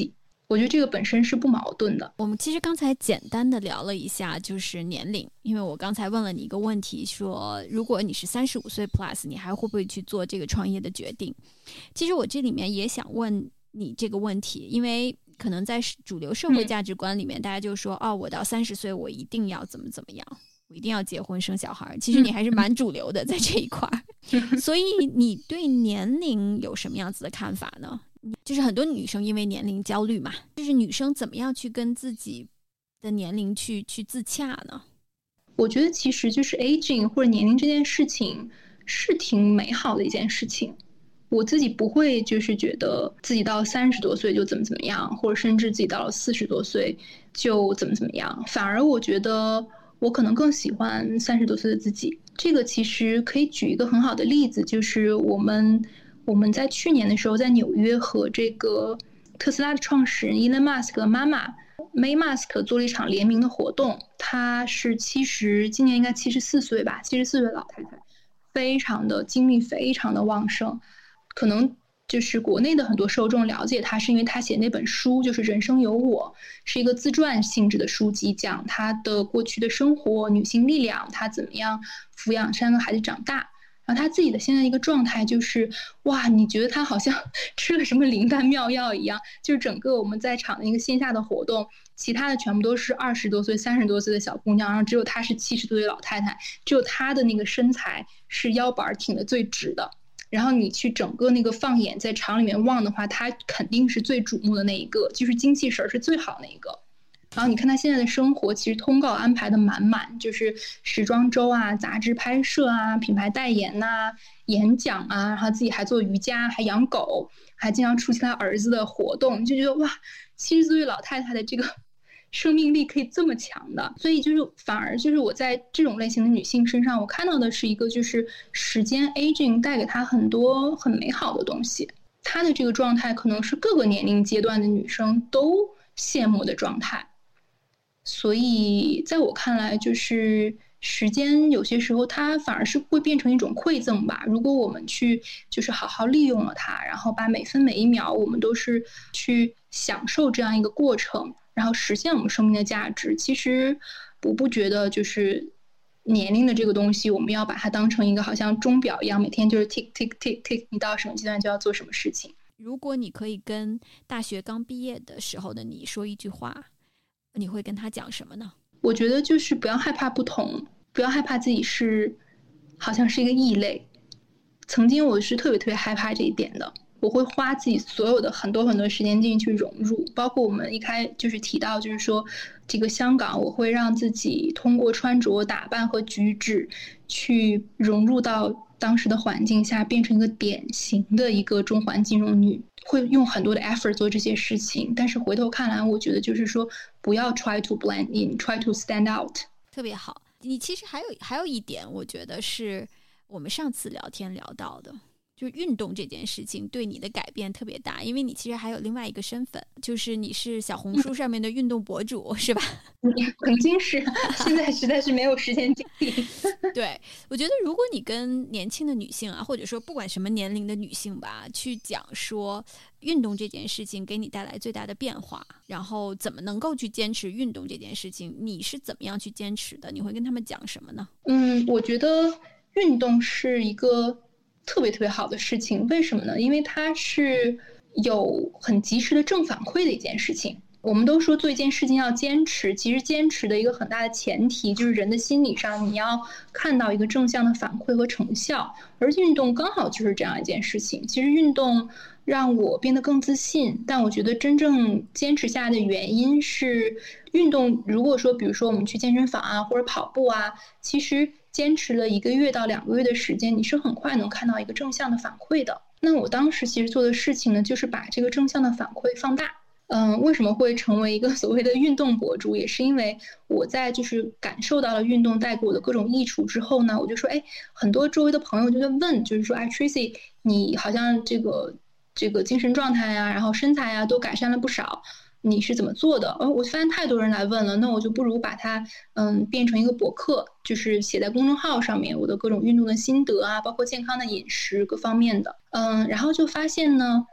我觉得这个本身是不矛盾的。 我们其实刚才简单的聊了一下就是年龄，因为我刚才问了你一个问题，说如果你是三十五岁 plus 你还会不会去做这个创业的决定。其实我这里面也想问你这个问题，因为可能在主流社会价值观里面、嗯、大家就说哦，我到三十岁我一定要怎么怎么样，我一定要结婚生小孩，其实你还是蛮主流的在这一块所以你对年龄有什么样子的看法呢？就是很多女生因为年龄焦虑嘛，就是女生怎么样去跟自己的年龄去去自洽呢？ 我觉得其实就是 aging 或者年龄这件事情是挺美好的一件事情。我自己不会就是觉得自己到三十多岁就怎么怎么样，或者甚至自己到了四十多岁就怎么怎么样，反而我觉得我可能更喜欢三十多岁的自己。这个其实可以举一个很好的例子，就是我们我们在去年的时候在纽约和这个特斯拉的创始人 Elon Musk 的妈妈 May Musk 做了一场联名的活动。她是七十，今年应该七十四岁吧，七十四岁的老太太，非常的精力非常的旺盛。可能就是国内的很多受众了解她是因为她写那本书，就是人生有我，是一个自传性质的书籍，讲她的过去的生活，女性力量，她怎么样抚养三个孩子长大。然后他自己的现在一个状态就是，哇，你觉得他好像吃了什么灵丹妙药一样，就是整个我们在场的一个线下的活动，其他的全部都是二十多岁、三十多岁的小姑娘，然后只有她是七十多岁老太太，只有她的那个身材是腰板挺得最直的。然后你去整个那个放眼在场里面望的话，她肯定是最瞩目的那一个，就是精气神是最好那一个。然后你看他现在的生活其实通告安排的满满，就是时装周啊、杂志拍摄啊、品牌代言呐、啊、演讲啊，然后自己还做瑜伽，还养狗，还经常出席他儿子的活动，就觉得哇，七十岁老太太的这个生命力可以这么强的。所以就是反而就是我在这种类型的女性身上，我看到的是一个就是时间 aging 带给她很多很美好的东西。她的这个状态可能是各个年龄阶段的女生都羡慕的状态。所以在我看来，就是时间有些时候它反而是会变成一种馈赠吧。如果我们去就是好好利用了它，然后把每分每一秒我们都是去享受这样一个过程，然后实现我们生命的价值。其实我不觉得就是年龄的这个东西我们要把它当成一个好像钟表一样，每天就是 tick tick tick tick， 你到什么阶段就要做什么事情。 如果你可以跟大学刚毕业的时候的你说一句话，你会跟他讲什么呢？ 我觉得就是不要害怕不同，不要害怕自己是好像是一个异类。曾经我是特别特别害怕这一点的，我会花自己所有的很多很多时间进去融入。包括我们一开就是提到就是说这个香港，我会让自己通过穿着打扮和举止去融入到当时的环境下，变成一个典型的一个中环金融女，会用很多的 effort 做这些事情。但是回头看来，我觉得就是说不要 try to blend in， try to stand out。 特别好。你其实还有还有一点我觉得是我们上次聊天聊到的，就是运动这件事情对你的改变特别大，因为你其实还有另外一个身份，就是你是小红书上面的运动博主、嗯、是吧？ 曾经是，现在实在是没有时间精力对，我觉得如果你跟年轻的女性啊，或者说不管什么年龄的女性吧，去讲说运动这件事情给你带来最大的变化，然后怎么能够去坚持运动这件事情，你是怎么样去坚持的？你会跟他们讲什么呢？ 嗯，我觉得运动是一个特别特别好的事情。为什么呢？因为它是有很及时的正反馈的一件事情。我们都说做一件事情要坚持，其实坚持的一个很大的前提就是人的心理上你要看到一个正向的反馈和成效，而运动刚好就是这样一件事情。其实运动让我变得更自信，但我觉得真正坚持下来的原因是运动，如果说比如说我们去健身房啊或者跑步啊，其实坚持了一个月到两个月的时间，你是很快能看到一个正向的反馈的。那我当时其实做的事情呢，就是把这个正向的反馈放大。嗯，为什么会成为一个所谓的运动博主，也是因为我在就是感受到了运动带给我的各种益处之后呢，我就说，哎，很多周围的朋友就在问，就是说，哎 Tracy 你好像这个这个精神状态啊，然后身材啊都改善了不少，你是怎么做的？哦，我发现太多人来问了，那我就不如把它嗯变成一个博客，就是写在公众号上面，我的各种运动的心得啊，包括健康的饮食各方面的。嗯，然后就发现呢，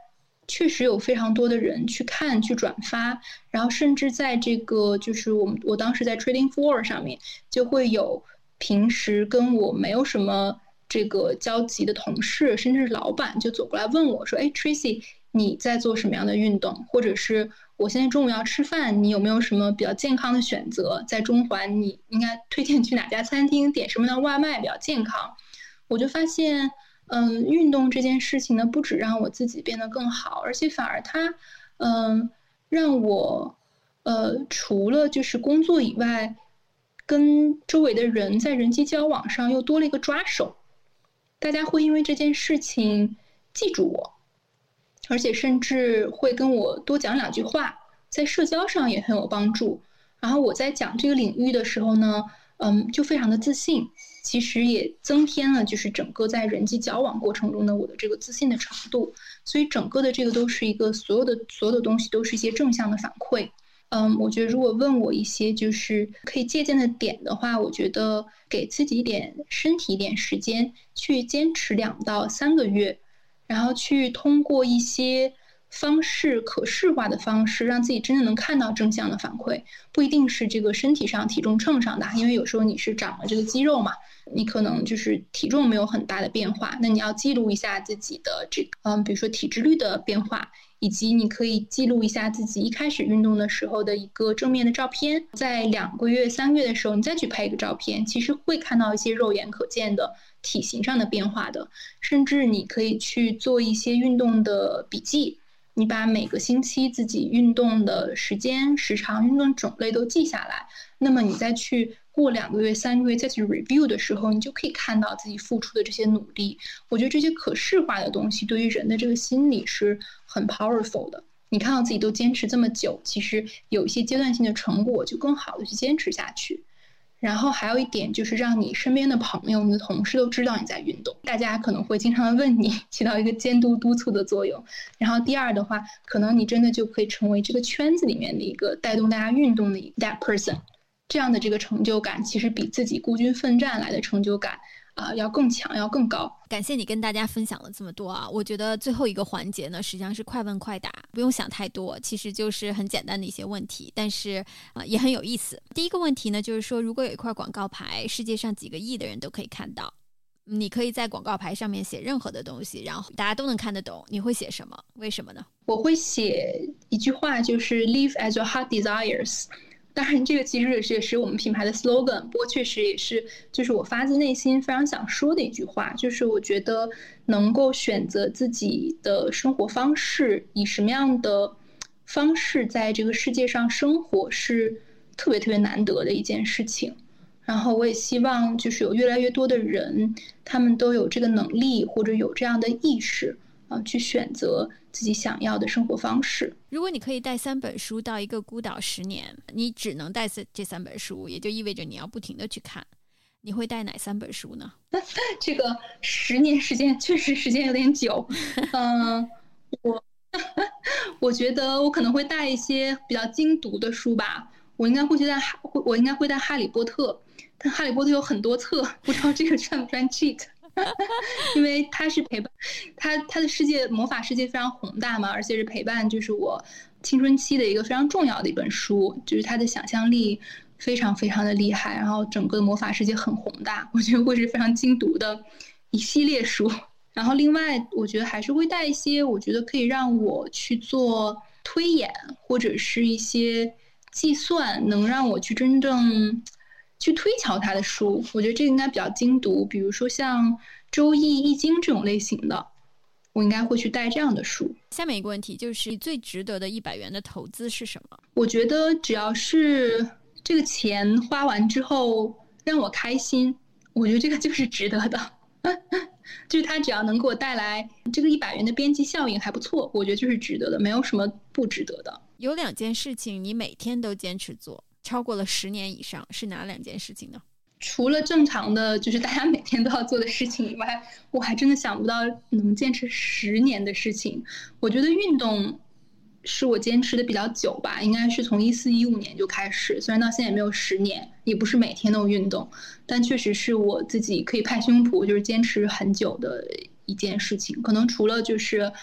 确实有非常多的人去看去转发，然后甚至在这个就是我们我当时在 Trading Floor 上面就会有平时跟我没有什么这个交集的同事甚至是老板就走过来问我说，哎 Tracy 你在做什么样的运动，或者是我现在中午要吃饭，你有没有什么比较健康的选择，在中环你应该推荐去哪家餐厅，点什么样的外卖比较健康。我就发现嗯，运动这件事情呢，不止让我自己变得更好，而且反而它，嗯，让我，呃，除了就是工作以外，跟周围的人在人际交往上又多了一个抓手。大家会因为这件事情记住我，而且甚至会跟我多讲两句话，在社交上也很有帮助。然后我在讲这个领域的时候呢，嗯，就非常的自信。其实也增添了就是整个在人际交往过程中的我的这个自信的程度，所以整个的这个都是一个所有的所有的东西都是一些正向的反馈。嗯，我觉得如果问我一些就是可以借鉴的点的话，我觉得给自己一点身体一点时间去坚持两到三个月，然后去通过一些方式可视化的方式让自己真正能看到正向的反馈，不一定是这个身体上体重秤上的，因为有时候你是长了这个肌肉嘛，你可能就是体重没有很大的变化，那你要记录一下自己的这个嗯，比如说体脂率的变化，以及你可以记录一下自己一开始运动的时候的一个正面的照片，在两个月三个月的时候你再去拍一个照片，其实会看到一些肉眼可见的体型上的变化的。甚至你可以去做一些运动的笔记，你把每个星期自己运动的时间时长运动种类都记下来，那么你再去过两个月三个月再去 review 的时候，你就可以看到自己付出的这些努力。我觉得这些可视化的东西对于人的这个心理是很 powerful 的。你看到自己都坚持这么久，其实有一些阶段性的成果就更好的去坚持下去。然后还有一点就是让你身边的朋友你的同事都知道你在运动，大家可能会经常问你，起到一个监督督促的作用。然后第二的话，可能你真的就可以成为这个圈子里面的一个带动大家运动的 that person， 这样的这个成就感其实比自己孤军奋战来的成就感啊、呃、要更强要更高。 感谢你跟大家分享了这么多啊！我觉得最后一个环节呢，实际上是快问快答，不用想太多，其实就是很简单的一些问题，但是、呃、也很有意思。第一个问题呢，就是说如果有一块广告牌，世界上几个亿的人都可以看到，你可以在广告牌上面写任何的东西，然后大家都能看得懂，你会写什么？为什么呢？ 我会写一句话，就是 Live as your heart desires。当然这个其实也是也是我们品牌的 slogan， 不过确实也是就是我发自内心非常想说的一句话，就是我觉得能够选择自己的生活方式，以什么样的方式在这个世界上生活是特别特别难得的一件事情。然后我也希望就是有越来越多的人，他们都有这个能力或者有这样的意识啊，去选择自己想要的生活方式。 如果你可以带三本书到一个孤岛十年，你只能带这三本书，也就意味着你要不停的去看，你会带哪三本书呢？ 这个十年时间确实时间有点久，嗯，我我觉得我可能会带一些比较精读的书吧。我应该会去带我应该会带哈利波特，但哈利波特有很多册，不知道这个算不算 cheat。因为它是陪伴它它的世界魔法世界非常宏大嘛，而且是陪伴就是我青春期的一个非常重要的一本书，就是它的想象力非常非常的厉害，然后整个魔法世界很宏大，我觉得会是非常精读的一系列书。然后另外我觉得还是会带一些我觉得可以让我去做推演或者是一些计算，能让我去真正去推敲它的书，我觉得这个应该比较精读，比如说像周易易经这种类型的，我应该会去带这样的书。 下面一个问题就是最值得的一百元的投资是什么？ 我觉得只要是这个钱花完之后让我开心，我觉得这个就是值得的。就是它只要能给我带来这个一百元的边际效应还不错，我觉得就是值得的，没有什么不值得的。 有两件事情你每天都坚持做，超过了十年以上，是哪两件事情呢？ 除了正常的就是大家每天都要做的事情以外，我还真的想不到能坚持十年的事情。我觉得运动是我坚持的比较久吧，应该是从一四一五年就开始，虽然到现在也没有十年，也不是每天都运动，但确实是我自己可以拍胸脯就是坚持很久的一件事情。可能除了就是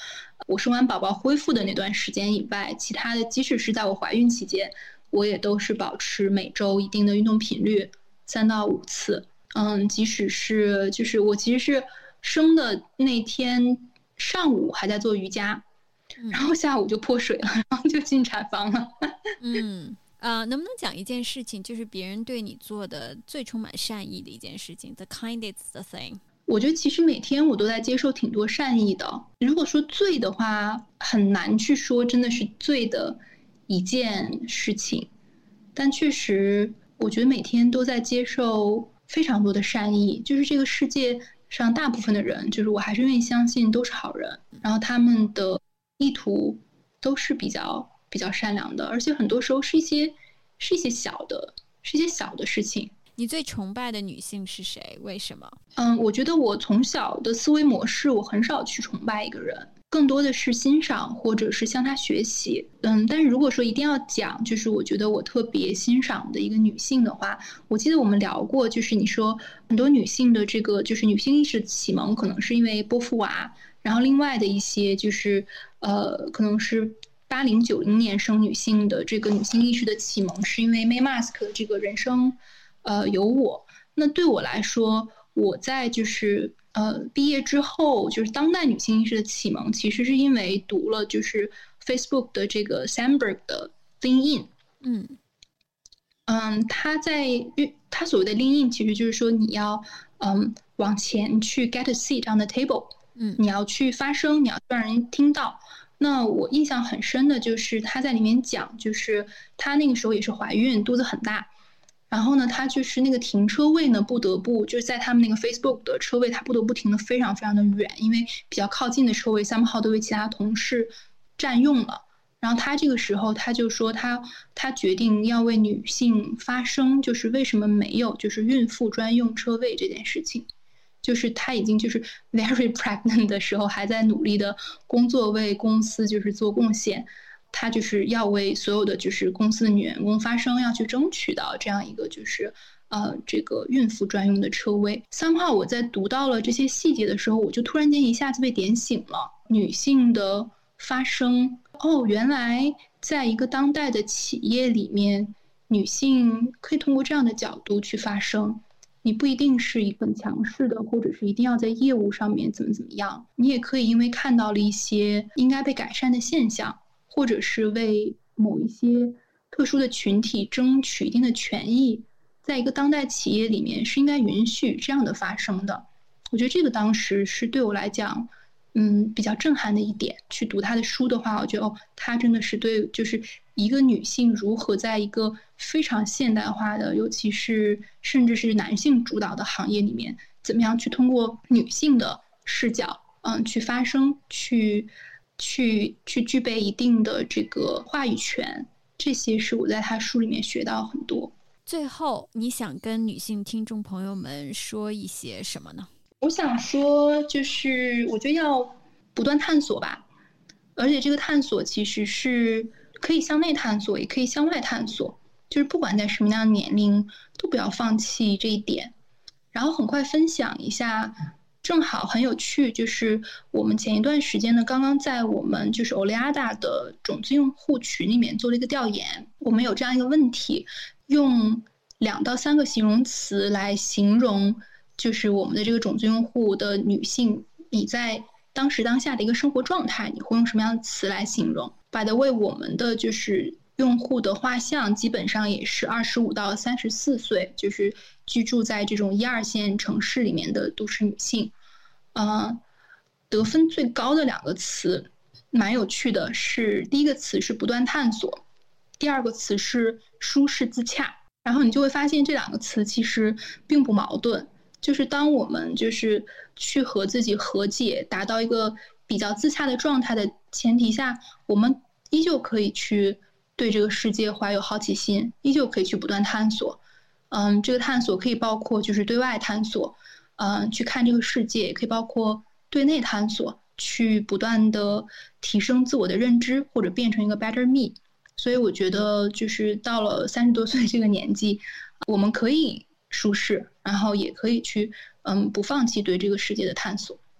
我生完宝宝恢复的那段时间以外，其他的即使是在我怀孕期间，我也都是保持每周一定的运动频率，三到五次。嗯，即使是就是我其实是生的那天上午还在做瑜伽，嗯、然后下午就破水了，然后就进产房了。 嗯。呃，能不能讲一件事情，就是别人对你做的最充满善意的一件事情 ？The kindest thing。 我觉得其实每天我都在接受挺多善意的。如果说最的话，很难去说真的是最的一件事情，但确实我觉得每天都在接受非常多的善意。就是这个世界上大部分的人，就是我还是愿意相信都是好人，然后他们的意图都是比较。比较善良的，而且很多时候是一些是一些小的是一些小的事情。 你最崇拜的女性是谁？为什么？ 嗯，我觉得我从小的思维模式，我很少去崇拜一个人，更多的是欣赏或者是向她学习。嗯，但是如果说一定要讲，就是我觉得我特别欣赏的一个女性的话，我记得我们聊过，就是你说很多女性的这个就是女性意识启蒙，可能是因为波伏娃，然后另外的一些就是呃，可能是。八零九零年生女性的这个女性意识的启蒙，是因为 May Mask 的这个人生，呃，有我。那对我来说，我在就是呃毕业之后，就是当代女性意识的启蒙，其实是因为读了就是 Facebook 的这个 Sandberg 的 Lean In。 嗯嗯，他在他所谓的 Lean In， 其实就是说你要嗯往前去 get a seat on the table， 嗯， 你要去发声，你要让人听到。那我印象很深的就是他在里面讲，就是他那个时候也是怀孕，肚子很大，然后呢，他就是那个停车位呢，不得不就是在他们那个 Facebook 的车位，他不得不停得非常非常的远，因为比较靠近的车位 somehow 都被其他同事占用了。然后他这个时候他就说他他决定要为女性发声，就是为什么没有就是孕妇专用车位这件事情。就是他已经就是 very pregnant 的时候，还在努力的工作，为公司就是做贡献。他就是要为所有的就是公司的女员工发声，要去争取到这样一个就是呃这个孕妇专用的车位。somehow我在读到了这些细节的时候，我就突然间一下子被点醒了，女性的发声。哦，原来在一个当代的企业里面，女性可以通过这样的角度去发声。你不一定是一个很强势的，或者是一定要在业务上面怎么怎么样，你也可以因为看到了一些应该被改善的现象，或者是为某一些特殊的群体争取一定的权益，在一个当代企业里面是应该允许这样的发生的。我觉得这个当时是对我来讲嗯，比较震撼的一点。去读他的书的话，我觉得哦，他真的是对就是一个女性如何在一个非常现代化的，尤其是甚至是男性主导的行业里面，怎么样去通过女性的视角嗯去发声，去去去具备一定的这个话语权，这些是我在他书里面学到很多。 最后你想跟女性听众朋友们说一些什么呢？ 我想说就是我觉得要不断探索吧，而且这个探索其实是可以向内探索，也可以向外探索，就是不管在什么样的年龄都不要放弃这一点。然后很快分享一下，正好很有趣，就是我们前一段时间呢，刚刚在我们就是 Oleada 的种子用户群里面做了一个调研，我们有这样一个问题，用两到三个形容词来形容就是我们的这个种子用户的女性，你在当时当下的一个生活状态，你会用什么样的词来形容？ By the way， 我们的就是用户的画像基本上也是二十五到三十四岁，就是居住在这种一二线城市里面的都市女性。呃，得分最高的两个词蛮有趣的，是第一个词是不断探索，第二个词是舒适自洽。然后你就会发现这两个词其实并不矛盾，就是当我们就是去和自己和解，达到一个比较自洽的状态的前提下，我们依旧可以去对这个世界怀有好奇心，依旧可以去不断探索。嗯，这个探索可以包括就是对外探索，嗯，去看这个世界，也可以包括对内探索，去不断的提升自我的认知，或者变成一个 better me。所以我觉得就是到了三十多岁这个年纪，我们可以舒适，然后也可以去嗯不放弃对这个世界的探索。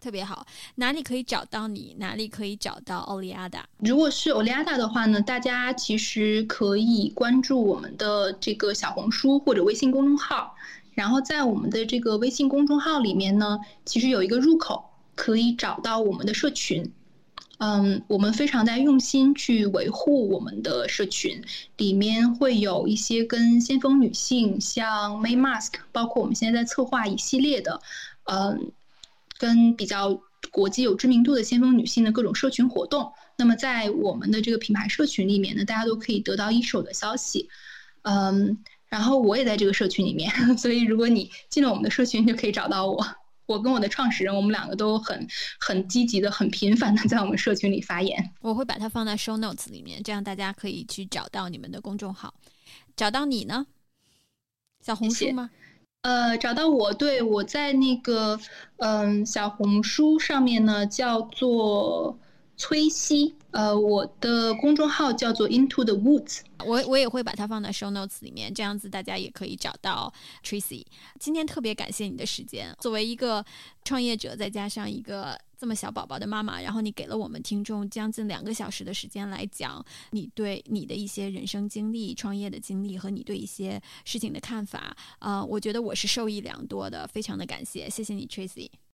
特别好。哪里可以找到你？哪里可以找到欧利亚达？ 如果是欧利亚达的话呢，大家其实可以关注我们的这个小红书或者微信公众号，然后在我们的这个微信公众号里面呢，其实有一个入口可以找到我们的社群。嗯，我们非常在用心去维护我们的社群，里面会有一些跟先锋女性，像 May Mask， 包括我们现在在策划一系列的，嗯，跟比较国际有知名度的先锋女性的各种社群活动。那么在我们的这个品牌社群里面呢，大家都可以得到一手的消息。嗯，然后我也在这个社群里面，所以如果你进了我们的社群，就可以找到我。我跟我的创始人，我们两个都很很积极的、很频繁的在我们社群里发言。 我会把它放在 show notes 里面，这样大家可以去找到你们的公众号。找到你呢？小红书吗？ 谢谢。呃，找到我，对，我在那个嗯小红书上面呢，叫做崔西，呃，我的公众号叫做 Into the Woods。 我我也会把它放在 show notes 里面，这样子大家也可以找到 Tracy。今天特别感谢你的时间，作为一个创业者，再加上一个这么小宝宝的妈妈，然后你给了我们听众将近两个小时的时间来讲你对你的一些人生经历、创业的经历和你对一些事情的看法。呃，我觉得我是受益良多的，非常的感谢，谢谢你 Tracy。